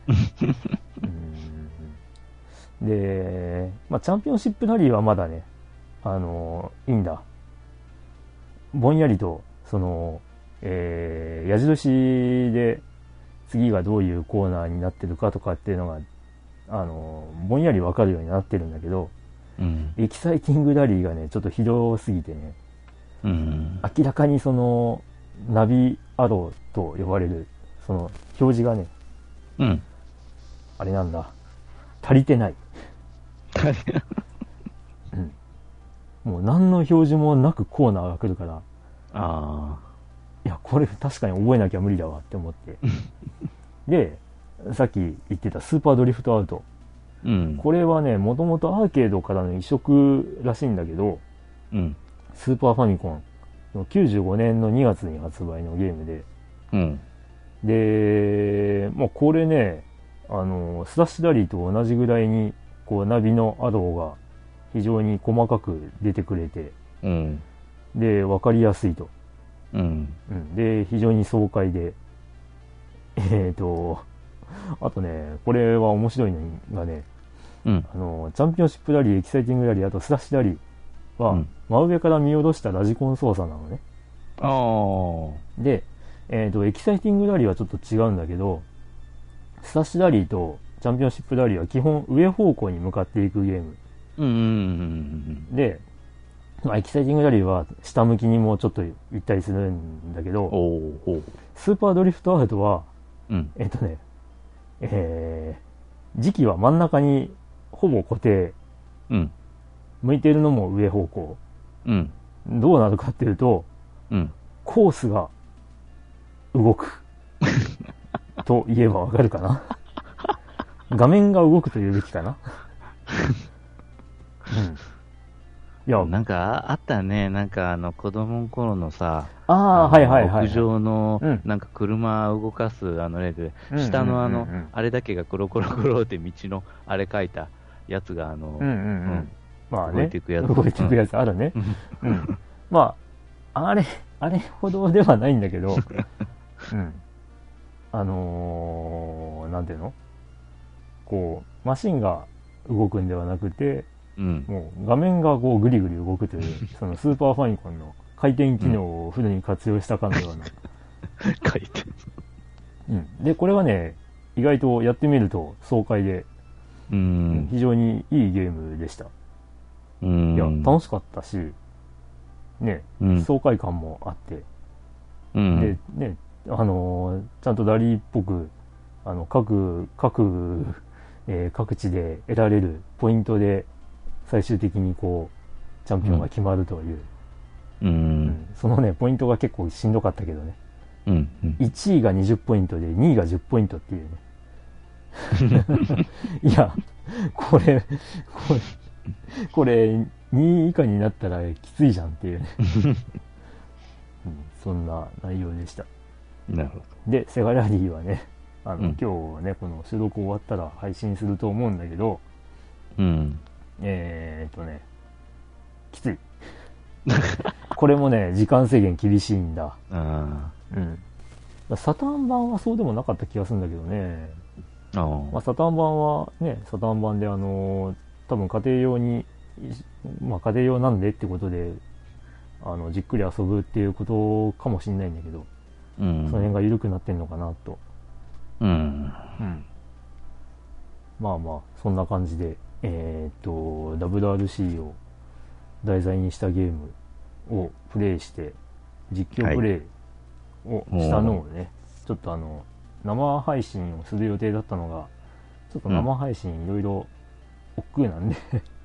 うんで、まあ、チャンピオンシップラリーはまだねあのいいんだ、ぼんやりとその、えー、矢印で次がどういうコーナーになってるかとかっていうのがあのぼんやり分かるようになってるんだけど、 うん、 エキサイティングラリーがねちょっとひどすぎてねうん、 明らかにそのナビアローと呼ばれるその表示がね、 うん、 あれなんだ、足りてない。 足りてない。 うん。もう何の表示もなくコーナーが来るから、 ああ。 いや、これ確かに覚えなきゃ無理だわって思って。で、さっき言ってたスーパードリフトアウト。 うん、 これはね、もともとアーケードからの移植らしいんだけど、 うん、 スーパーファミコンのきゅうじゅうごねんのにがつに発売のゲームで、 うん、 で、まあ、これね、あの、スラッシュダリーと同じぐらいに、こう、ナビのアローが非常に細かく出てくれて、 うん、 で、わかりやすいと。 うん、 うん、で、非常に爽快で、えっと、あとね、これは面白いのがね、 うん、 あの、チャンピオンシップラリー、エキサイティングラリー、あとスラッシュラリーは、 うん、 真上から見下ろしたラジコン操作なのね。 ああ。 で、えっと、エキサイティングラリーはちょっと違うんだけど、スラッシュラリーとチャンピオンシップラリーは基本上方向に向かっていくゲーム。 うん、うん、 で、まあ、エキサイティングラリーは下向きにもちょっと行ったりするんだけど、 おお。 スーパードリフトアウトは、 うん、 えっとね、えー、時期は真ん中にほぼ固定。 うん、 向いているのも上方向。 うん、 どうなるかっていうと、 うん、 コースが動く。と言えばわかるかな。画面が動くと言うべきかな。うん。いや、 なんかあったね、なんかあの子供の頃のさ、 ああ、はいはいはい、はい。 屋上のうん、 なんか車を動かすあの例で、 うん下のあの、 うんうんうん、 あれだけがコロコロコロって道のあれ書いたやつがあの、 うんうんうん。まあね、 動いていくやつ。 動いていくやつあるね。うん。まあ、あれ、あれほどではないんだけど、うん。あのー、なんていうの？こう、マシンが動くんではなくて、 うん、 もう画面がこうグリグリ動くという、そのスーパーファミコンの回転機能をフルに活用したかのような。 回転。 うん。で、これはね、意外とやってみると爽快で、 うん、 非常にいいゲームでした。 うん、 いや、楽しかったし、ね、 うん、 爽快感もあって、 うん、 で、ね、あのー、ちゃんとダリーっぽく、あの、各、各、えー各地で得られるポイントで、最終的にこう、チャンピオンが決まるという。 うん。うんうん、そのね、ポイントが結構しんどかったけどね。 うんうん、 いちいがにじゅうポイントで、にいがじゅうポイントっていうね。いや、これ、これ、これ、にい以下になったらきついじゃんっていうね。うん、そんな内容でした。 なるほど。 で、セガラリーはね、あの、 うん、 今日ね、この収録終わったら配信すると思うんだけど、 うん。 えーっとね、きつい。これもね、時間制限厳しいんだ。 あうん。サターン版はそうでもなかった気がするんだけどね。 あ。 まあ、サターン版はね、サターン版であのー、多分家庭用に、まあ家庭用なんでってことで、あの、じっくり遊ぶっていうことかもしれないんだけど、 うん、 その辺が緩くなってんのかなと。 うん。 うん。まあまあ、そんな感じで、えー、っと、ダブリューアールシー を題材にしたゲームをプレイして、実況プレイをしたのをね、はい、ちょっとあの、生配信をする予定だったのが、ちょっと生配信いろいろ億劫なんで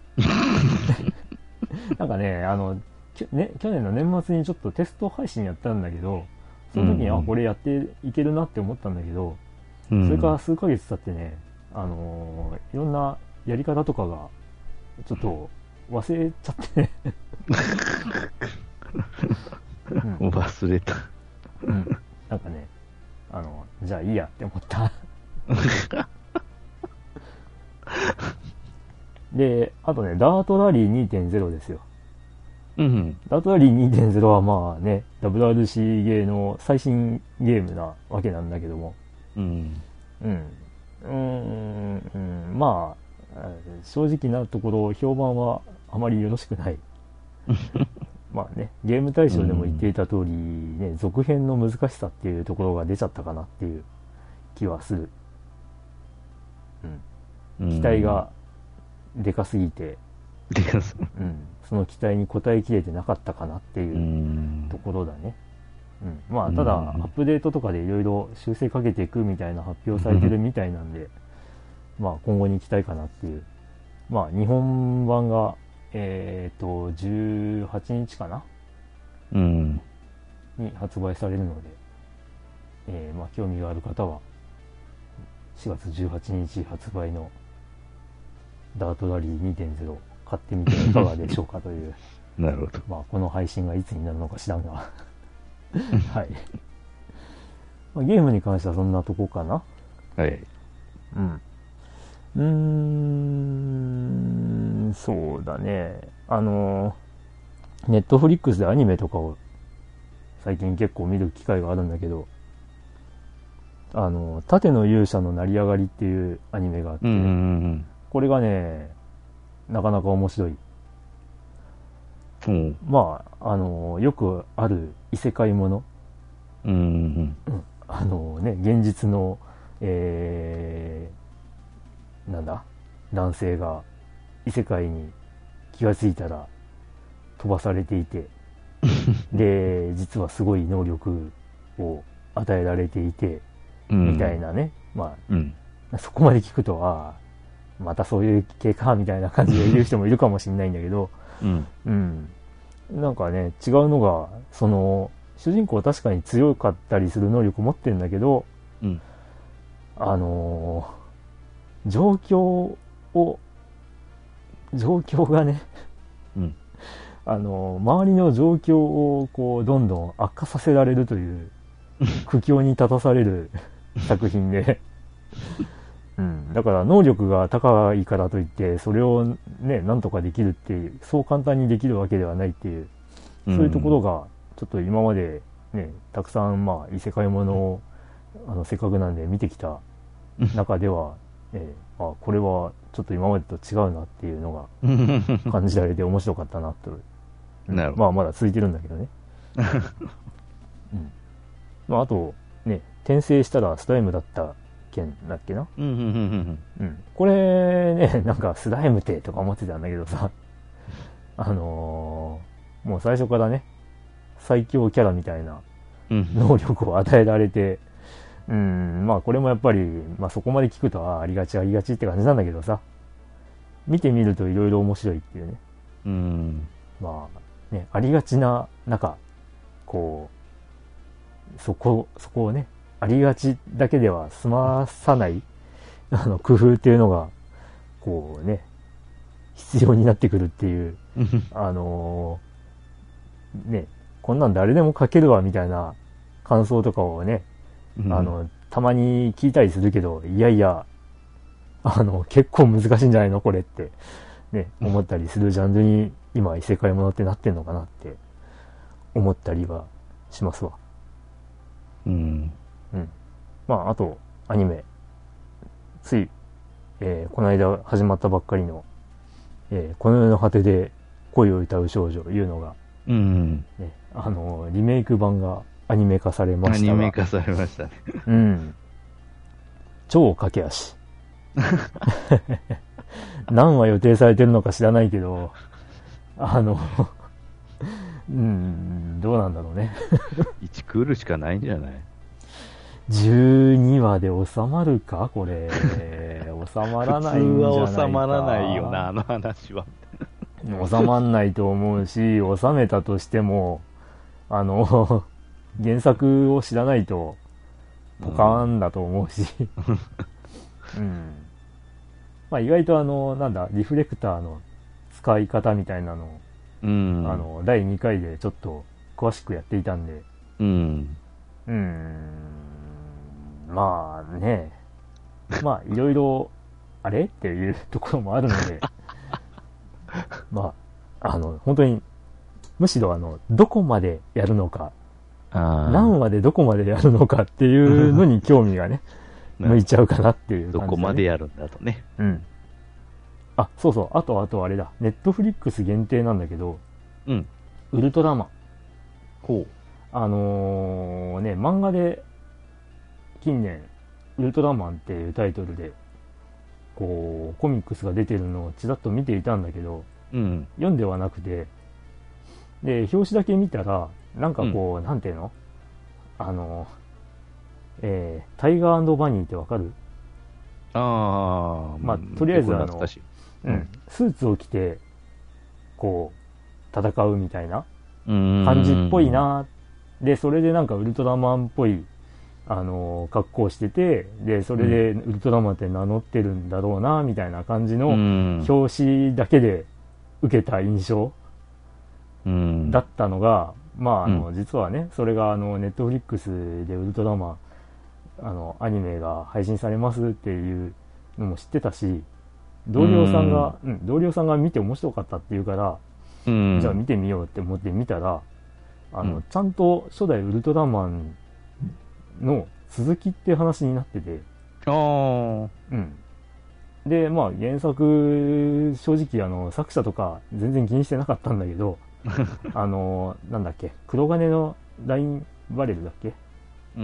なんかね、あの、ね、去年の年末にちょっとテスト配信やったんだけど、その時に、うん、あ、これやっていけるなって思ったんだけど、うん、それから数ヶ月経ってね、あのー、いろんなやり方とかが、ちょっと忘れちゃってね、 うん、忘れた。 うん。なんかね、あの、じゃあいいやって思った。で、あとね、ダートラリー にてんゼロ ですよ。 うん、 ダートラリー にてんゼロ はまあね、ダブリューアールシー ゲーの最新ゲームなわけなんだけども。 うん。 うん。うーん、うん、まあ、正直なところ、評判はあまりよろしくない。まあね、ゲーム大賞でも言っていた通り、ね、続編の難しさっていうところが出ちゃったかなっていう気はする。うん。期待がでかすぎて、 でかす。 うん。 その期待に応えきれてなかったかなっていうところだね。うん、まあただアップデートとかでいろいろ修正かけていくみたいな発表されてるみたいなんで、まあ今後に期待かなっていう。まあ日本版がえっとじゅうはちにちかな、 うん、 に発売されるので、えー、まあ興味がある方はしがつじゅうはちにち発売のダートラリー にてんゼロ 買ってみてはいかがでしょうかという。 なるほど。 まあこの配信がいつになるのか知らんがはい、まあ、ゲームに関してはそんなとこかな。 はい。 うんうーんそうだね、あのネットフリックスでアニメとかを最近結構見る機会があるんだけど、あの盾の勇者の成り上がりっていうアニメがあって、うんうんうん、これがねなかなか面白い。うん、まああのよくある異世界もの、うんうんうん、あのね現実の、えー、なんだ男性が異世界に気がついたら飛ばされていてで実はすごい能力を与えられていて、うん、みたいなね、まあ、うん、そこまで聞くとあまたそういう系かみたいな感じで言う人もいるかもしれないんだけど、うんうん、なんかね違うのがその主人公は確かに強かったりする能力を持ってるんだけど、うん、あのー、状況を状況がね、うん、あのー、周りの状況をこうどんどん悪化させられるという苦境に立たされる作品でうん、だから能力が高いからといってそれをねなんとかできるっていうそう簡単にできるわけではないっていうそういうところがちょっと今までねたくさんまあ異世界ものをあのせっかくなんで見てきた中では、えー、あこれはちょっと今までと違うなっていうのが感じられて面白かったなと、うん、なるほど。まあまだ続いてるんだけどね、うんまあ、あとね転生したらスライムだった件だっけな、うんうんうんうん、これねなんかスライムってとか思ってたんだけどさあのー、もう最初からね最強キャラみたいな能力を与えられて、うん、うんまあこれもやっぱり、まあ、そこまで聞くとあありがちありがちって感じなんだけどさ見てみるといろいろ面白いっていうね、うん、まあねありがちな中こうそこそこをねありがちだけでは済まさないあの工夫っていうのがこうね必要になってくるっていうあのー、ねこんなん誰でも書けるわみたいな感想とかをね、うん、あのたまに聞いたりするけどいやいやあの結構難しいんじゃないのこれってね思ったりするジャンルに今異世界ものってなってんのかなって思ったりはしますわ。うんうん、まああとアニメつい、えー、この間始まったばっかりの、えー、この世の果てで恋を歌う少女いうのが、うんうんね、あのリメイク版がアニメ化されましたがアニメ化されましたねうん超駆け足何話予定されてるのか知らないけどあのうんどうなんだろうねいちクールしかないんじゃない。 じゅうにわで収まるかこれ収まらないんじゃないか。普通は収まらないよなあの話は収まんないと思うし収めたとしてもあの原作を知らないとポカーンだと思うし、うんうんまあ、意外とあのなんだリフレクターの使い方みたいなのを、うん、あのだいにかいでちょっと詳しくやっていたんで、うん、うーんまあねまあいろいろあれっていうところもあるのでまああの本当にむしろあのどこまでやるのか何話でどこまでやるのかっていうのに興味がね向いちゃうかなっていう感じ、ね、 どこまでやるんだとね。 うん。あ、そうそう。あとあとあれだ。ネットフリックス限定なんだけど、うん。ウルトラマン。ほう。あのー、ね、漫画で近年ウルトラマンっていうタイトルでこうコミックスが出てるのをちらっと見ていたんだけど、 うん、読んではなくて、で、表紙だけ見たら、なんかこう、うん、なんていうのあの、えー、タイガー&バニーってわかる？ ああ、 まあ、とりあえずあの、うん、スーツを着て、こう、戦うみたいな感じっぽいな。で、それでなんかウルトラマンっぽい、あのー、格好してて、で、それでウルトラマンって名乗ってるんだろうな、みたいな感じの表紙だけで受けた印象だったのが、まあ、あの、実はね、それがあの、ネットフリックスでウルトラマン、あの、アニメが配信されますっていうのも知ってたし、同僚さんが、うん、同僚さんが見て面白かったって言うから、じゃあ見てみようって思って見たら、あの、うん、ちゃんと初代ウルトラマンの続きって話になってて、 ああ、 うん。で、まあ原作、正直あの、作者とか全然気にしてなかったんだけど、あの、なんだっけ、黒金のラインバレルだっけ？ うん。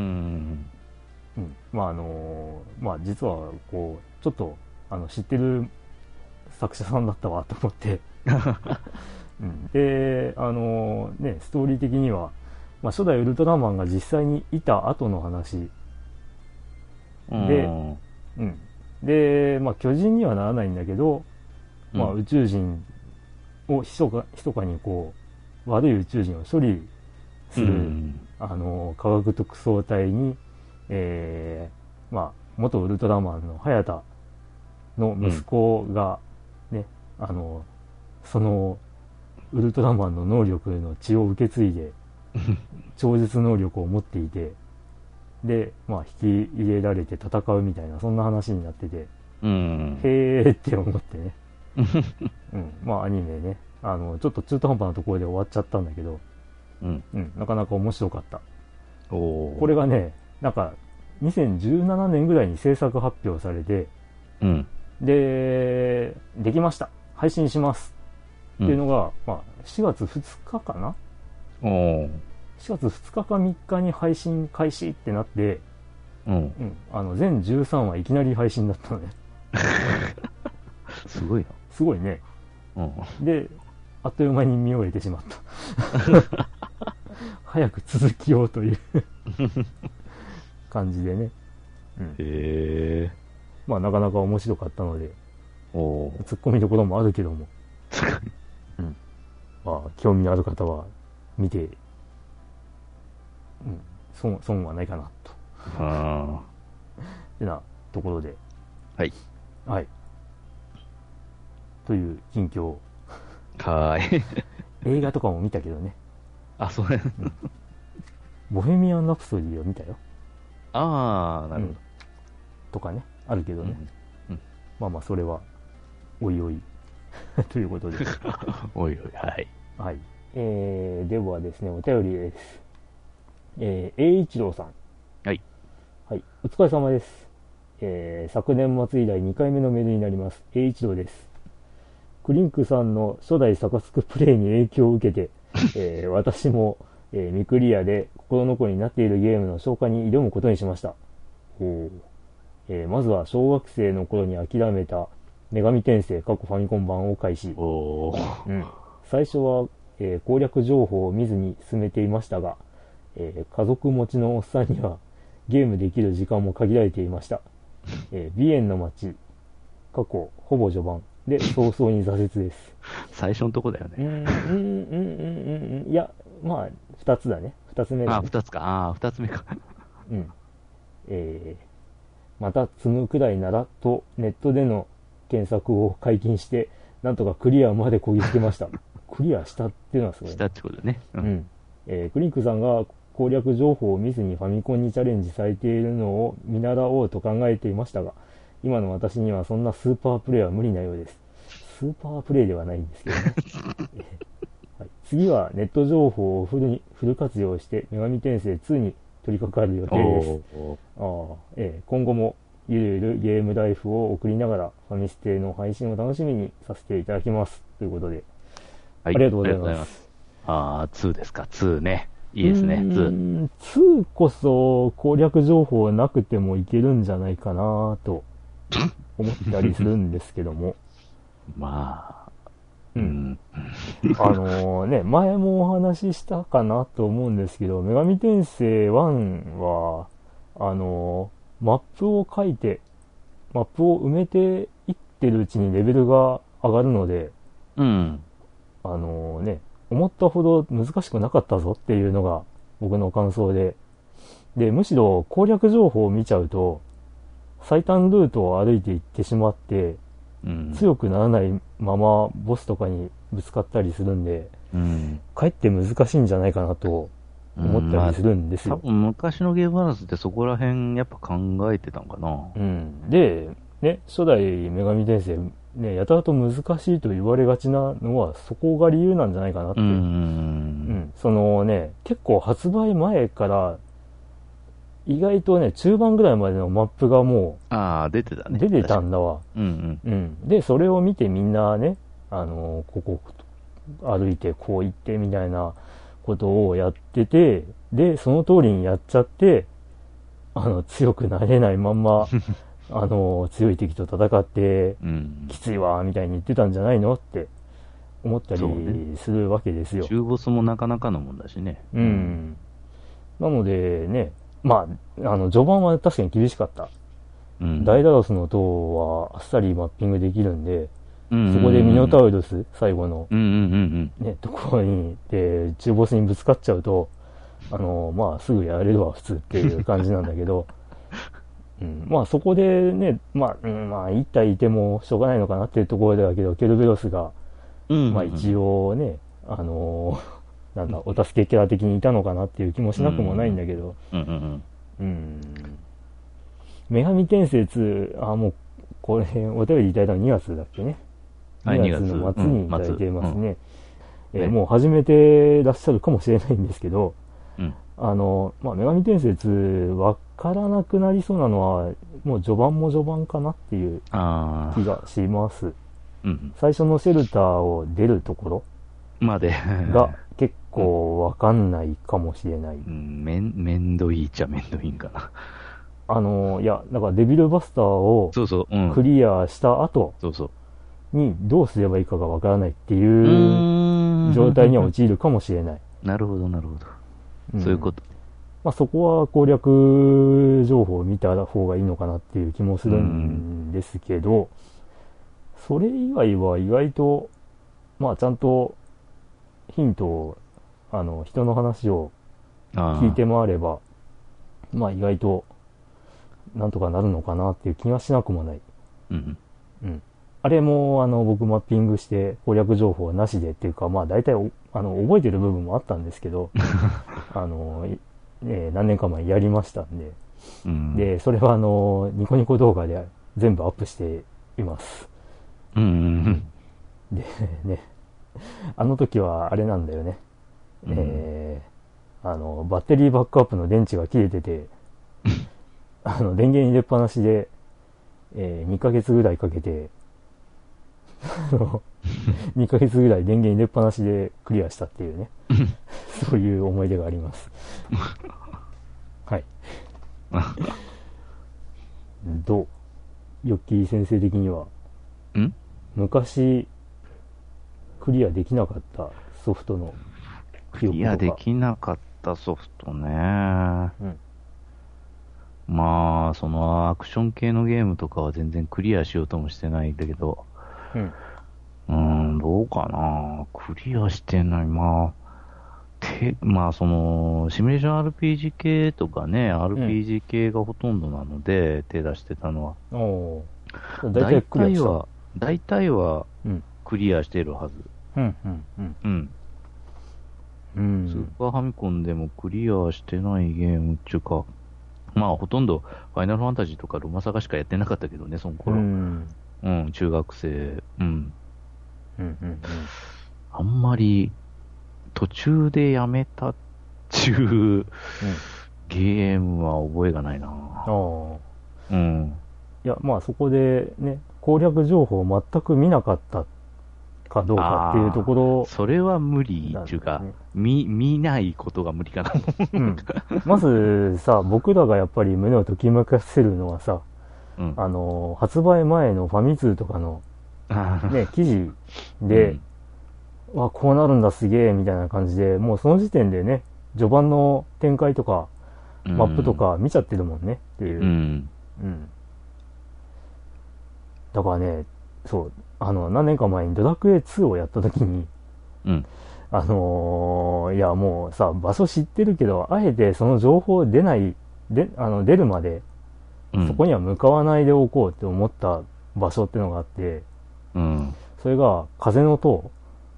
うん。まああの、まあ実はこう、ちょっと、あの、知ってる作者さんだったわと思って、うん、で、あのね、ストーリー的には、まあ、初代ウルトラマンが実際にいた後の話で、うん、で、まあ、巨人にはならないんだけど、まあ、宇宙人をひそか、ひそかにこう、悪い宇宙人を処理する、うん、あの、科学特捜隊に、えー、まあ、元ウルトラマンの早田の息子がね、うん、あの、その、ウルトラマンの能力の血を受け継いで超絶能力を持っていて、で、まあ、引き入れられて戦うみたいな、そんな話になってて、 うん、 へーって思ってね、うん、まあアニメね、あのちょっと中途半端なところで終わっちゃったんだけど、 うんうん、なかなか面白かった。 おこれがね、なんかにせんじゅうななねんぐらいに制作発表されて、 うん、 で、できました、配信しますっていうのが、うん、まあ、しがつふつかかな、 おしがつふつかかみっかに配信開始ってなって、 うんうん、 あの全じゅうさんわいきなり配信だったのね。 すごいな。 すごいね、 うん、 で、あっという間に見終えてしまった早く続きをという感じでね、 うん、へえ。 まあなかなか面白かったので、 おツッコミどころもあるけども、うん、まあ興味のある方は見て、うん、損、損はないかなと。 あてなところで、 はいはいという近況。 はーい映画とかも見たけどね。 あ、そうね、 うん、ボヘミアン・ラプソディを見たよ。 ああ、なるほど、うん、 とかね、あるけどね、 うんうん、 まあまあそれはおいおいということでおいおい、はいはい、えー、ではですね、お便りです。えー、栄一郎さん、 はいはい、お疲れ様です。えー、昨年末以来にかいめのメールになります。栄一郎です。クリンクさんの初代サカスクプレイに影響を受けて、えー、私も、えー、ミクリアで心残りになっているゲームの消化に挑むことにしました。おえー、まずは小学生の頃に諦めた女神転生過去ファミコン版を開始。 お、 うん、最初は、えー、攻略情報を見ずに進めていましたが、えー、家族持ちのおっさんにはゲームできる時間も限られていました。えー、鼻炎の街過去ほぼ序盤で早々に挫折です。 最初のとこだよね。 うんうんうんうんうん、いや、まあ二つだね。二つ目だね。 あ、二つか。ああ、二つ目か。 うん。えー、また積むくらいならとネットでの検索を解禁してなんとかクリアまでこぎつけました。クリアしたっていうのはすごい、ね。 したってことだね。 うん。うん、えー、クリンクさんが攻略情報を見ずにファミコンにチャレンジされているのを見習おうと考えていましたが、今の私にはそんなスーパープレイは無理なようです。スーパープレイではないんですけどね。はい、次はネット情報をフルにフル活用して女神転生ツーに取り掛かる予定です。あ、えー、今後もゆるゆるゲームライフを送りながらファミステの配信を楽しみにさせていただきますということで、はい、ありがとうございます。 ああ、ツーですか。ツーね、いいですね。ツー。 ツーこそ攻略情報なくてもいけるんじゃないかなと思ったりするんですけども。 まあ、 うん。あのね、前もお話ししたかなと思うんですけど、女神転生ワンは、あのー、マップを書いて、マップを埋めていってるうちにレベルが上がるので、 うん。 あのー、ね、思ったほど難しくなかったぞっていうのが僕の感想で、で、むしろ攻略情報を見ちゃうと、最短ルートを歩いていってしまって、うん、強くならないままボスとかにぶつかったりするんで、うん、かえって難しいんじゃないかなと思ったりするんですよ。 うんまあ、多分昔のゲームバランスってそこら辺やっぱ考えてたんかな。 うん、で、ね、初代女神転生、ね、やたらと難しいと言われがちなのはそこが理由なんじゃないかなって。うん、うん、そのね、結構発売前から意外とね、中盤ぐらいまでのマップがもう、ああ、出てたね。 出てたんだわ。うんうん。うん。で、それを見てみんなね、あのー、ここ歩いてこう行ってみたいなことをやってて、で、その通りにやっちゃって、あの、強くなれないまんま、あのー、強い敵と戦って、うん、きついわ、みたいに言ってたんじゃないのって思ったりするわけですよ。 中ボスもなかなかのもんだしね。 うん。なのでね、まあ、あの、序盤は確かに厳しかった。うん、ダイダロスの塔はあっさりマッピングできるんで、うんうんうん、そこでミノタウロス、最後の、うんうんうんうん、ね、ところに、で、中ボスにぶつかっちゃうと、あの、まあ、すぐやれるわ、普通っていう感じなんだけど、うん、まあ、そこでね、まあ、うん、まあ、一体いてもしょうがないのかなっていうところだけど、ケルベロスが、うんうんうん、まあ、一応ね、あのーなんだ、お助けキャラ的にいたのかなっていう気もしなくもないんだけど、うん。うん。女神転生ツー、あ、もう、これ、お便りいただいたのにがつだっけね。にがつの末にいただいてますね。うん、えー、もう始めてらっしゃるかもしれないんですけど、うん、あの、まあ、女神転生ツー、わからなくなりそうなのは、もう序盤も序盤かなっていう気がします。うん、最初のシェルターを出るところまでが結構わかんないかもしれない。 うん、めん、めんどいっちゃめんどいんかな。 あの、いや、だからデビルバスターをそうそう、うん、 クリアした後にどうすればいいかがわからないっていう状態には陥るかもしれない。 なるほど、なるほど。うん、そういうこと。 まあそこは攻略情報を見た方がいいのかなっていう気もするんですけど、それ以外は意外と、まあちゃんとヒントを、あの、人の話を聞いて回れば、まあ意外と、なんとかなるのかなっていう気がしなくもない。うん。うん。あれも、あの、僕マッピングして攻略情報はなしでっていうか、まあ大体、あの、覚えてる部分もあったんですけど、あの、ね、何年か前やりましたんで、うん、で、それはあの、ニコニコ動画で全部アップしています。うんうんうん。で、ね、あの時はあれなんだよね。うん、えー、あの、バッテリーバックアップの電池が切れてて、あの、電源入れっぱなしで、えー、にかげつぐらいかけて、にかげつぐらい電源入れっぱなしでクリアしたっていうね。そういう思い出があります。はい。どうヨッキー先生的には、ん昔、クリアできなかったソフトの記憶とか。クリアできなかったソフトね。うん、まあ、そのアクション系のゲームとかは全然クリアしようともしてないんだけど、うん、うーん、どうかな。クリアしてない。まあ、て、まあ、その、シミュレーション アールピージー 系とかね、アールピージー 系がほとんどなので、うん、手出してたのは。お大体は、大体は、クリアしてるはず。うん、うん、うん。うんうん、スーパーファミコンでもクリアしてないゲームっていうか、まあほとんどファイナルファンタジーとかロマサガしかやってなかったけどね、その頃。うん、うん、中学生、うん。うんうんうん、あんまり途中でやめたっていう、うん、ゲームは覚えがないな。あうん。いや、まあそこでね、攻略情報を全く見なかったかどうかっていうところ、 それは無理っていうか、見、見ないことが無理かな。 うん、まずさ、僕らがやっぱり胸をときめかせるのはさ、うん、あの、発売前のファミ通とかの、ね、記事で、うん、 わ、こうなるんだすげえみたいな感じで、もうその時点でね、序盤の展開とか、マップとか見ちゃってるもんねっていう。うん。うん。だからね、そう、あの、何年か前にドラクエツーをやった時に、うん。あのー、いやもうさ、場所知ってるけど、あえてその情報出ない、で、あの、出るまで、そこには向かわないでおこうって思った場所ってのがあって、うん。それが、風の塔。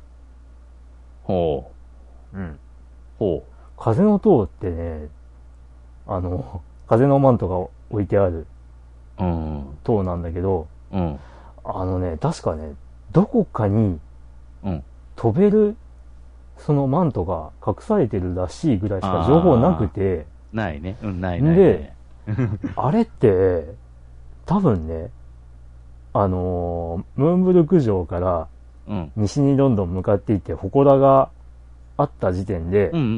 ほう。うん。ほう。風の塔ってね、あの、風のマントが置いてある、うん。塔なんだけど、うん。あのね、確かね、どこかに、うん。飛べる、そのマントが隠されてるらしいぐらいしか情報なくて。 ないね。うん、ないない、 ね。で、あれって、多分ね、あのー、ムーンブルク城から、西にどんどん向かっていって、祠があった時点で、うんうんうん、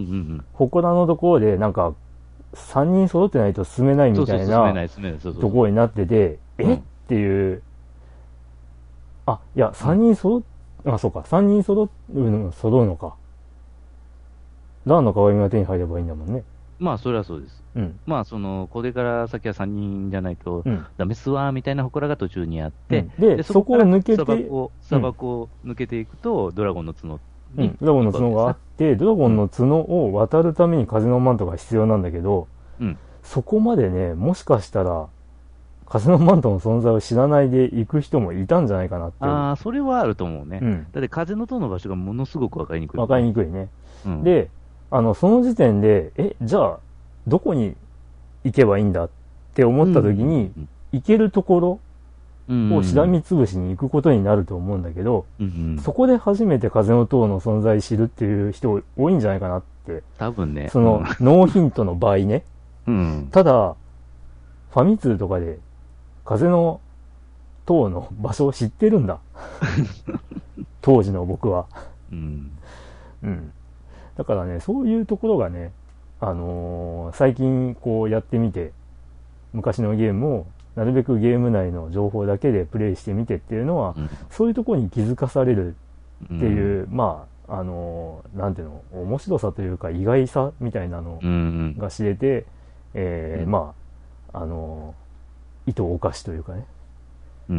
祠のところで、なんか、さんにん揃ってないと進めないみたいなところになってて、えっていう、あ、いや、さんにん揃っ、あ、そうか、さんにん揃うの、揃うのか。ダーンの鏡が手に入ればいいんだもんね。 まあ、それはそうです。うん、まあ、その、これから先はさんにんじゃないと、ダメっすわ、みたいな祠が途中にあって、うん、 で、でそこを抜けて、砂漠を、砂漠を抜けていくと、ドラゴンの角うん、ドラゴンの角があって、ドラゴンの角を渡るために風のマントが必要なんだけど、うん、そこまでね、もしかしたら、風のマントの存在を知らないで行く人もいたんじゃないかなって。 ああ、それはあると思うね。うん、だって風の塔の場所がものすごく分かりにくい、 ね。分かりにくいね。うん、で、あの、その時点で、え、じゃあ、どこに行けばいいんだって思った時に、うん、行けるところをしらみつぶしに行くことになると思うんだけど、うんうん、そこで初めて風の塔の存在知るっていう人多いんじゃないかなって。 多分ね。 その、ノーヒントの場合ね。うん、ただ、ファミ通とかで、風の塔の場所を知ってるんだ。当時の僕は。うん。うん。だからね、そういうところがね、あのー、最近こうやってみて、昔のゲームをなるべくゲーム内の情報だけでプレイしてみてっていうのは、うん、そういうところに気づかされるっていう、うん、まあ、あのー、なんていうの、面白さというか意外さみたいなのが知れて、うん、えー、まあ、あのー、意図おかしというかね、うん、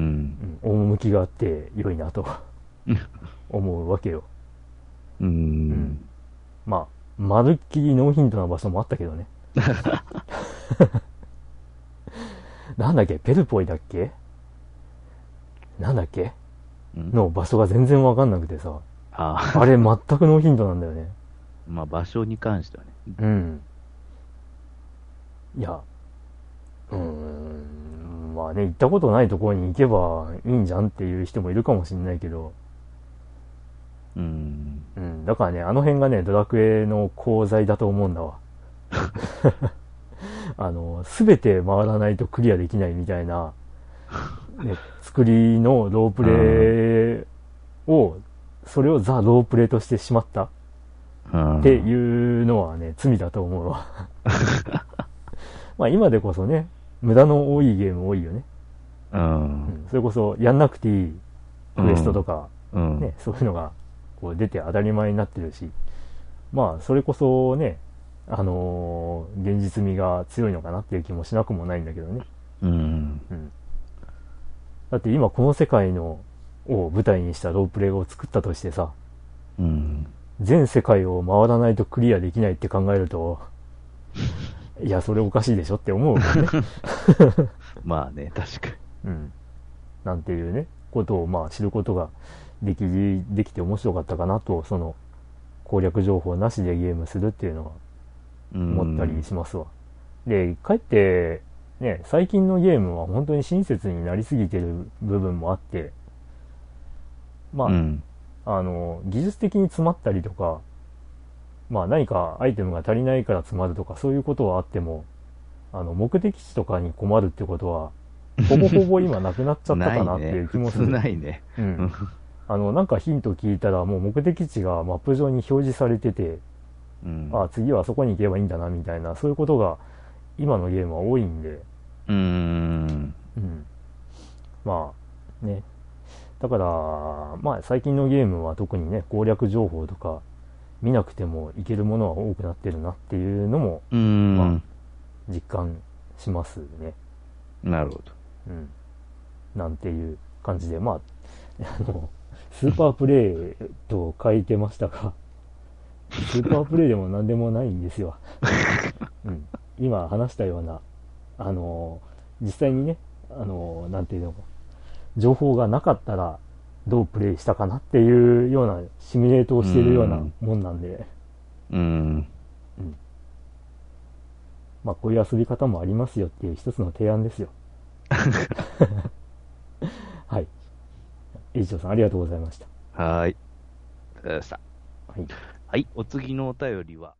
うん、趣があって良いなと思うわけよ。うん、うん、まあ、まるっきりノーヒントな場所もあったけどね。なんだっけ、ペルポイだっけなんだっけの場所が全然わかんなくてさ。あ, あれ全くノーヒントなんだよね。 まあ場所に関してはね。うん。 いや、うーん、まあね、行ったことないところに行けばいいんじゃんっていう人もいるかもしれないけど。うん。うん。だからね、あの辺がね、ドラクエの功罪だと思うんだわ。あの、すべて回らないとクリアできないみたいな、ね、作りのロープレイを、それをザ・ロープレイとしてしまったっていうのはね、罪だと思うわ。まあ今でこそね、無駄の多いゲーム多いよね。うん、それこそやんなくていいクエストとか、うんね、そういうのがこう出て当たり前になってるし、まあそれこそね、あのー、現実味が強いのかなっていう気もしなくもないんだけどね。うん。うん、だって今この世界のを舞台にしたロープレイを作ったとしてさ、うん、全世界を回らないとクリアできないって考えると、いや、それおかしいでしょって思うもんね。 まあね、確かに。 うん。なんていうね、ことをまあ知ることができ、できて面白かったかなと、その攻略情報なしでゲームするっていうのは思ったりしますわ。で、かえってね、最近のゲームは本当に親切になりすぎてる部分もあって、まあ、うん、あの技術的に詰まったりとか、まあ何かアイテムが足りないから詰まるとかそういうことはあっても、あの目的地とかに困るってことはほぼほぼ今なくなっちゃったかなっていう気もする。 ないね。 うん。あのなんかヒント聞いたらもう目的地がマップ上に表示されてて、うん、あ次はそこに行けばいいんだなみたいな、そういうことが今のゲームは多いんで、うーん、うん、まあね、 だから、まあ最近のゲームは特にね、攻略情報とか見なくてもいけるものは多くなってるなっていうのも、 うん、 まあ、実感しますね。 なるほど。 うん。なんていう感じで、まあ、あの、スーパープレイと書いてましたが、スーパープレイでも何でもないんですよ。うん。今話したような、あの、実際にね、あの、なんていうの、情報がなかったらどうプレイしたかなっていうようなシミュレートをしているようなもんなんで、 うん。 うん。まあ、こういう遊び方もありますよっていう一つの提案ですよ。はい。エイジョーさんありがとうございました。 はい。ありがとうございました。 はい。 はい。お次のお便りは、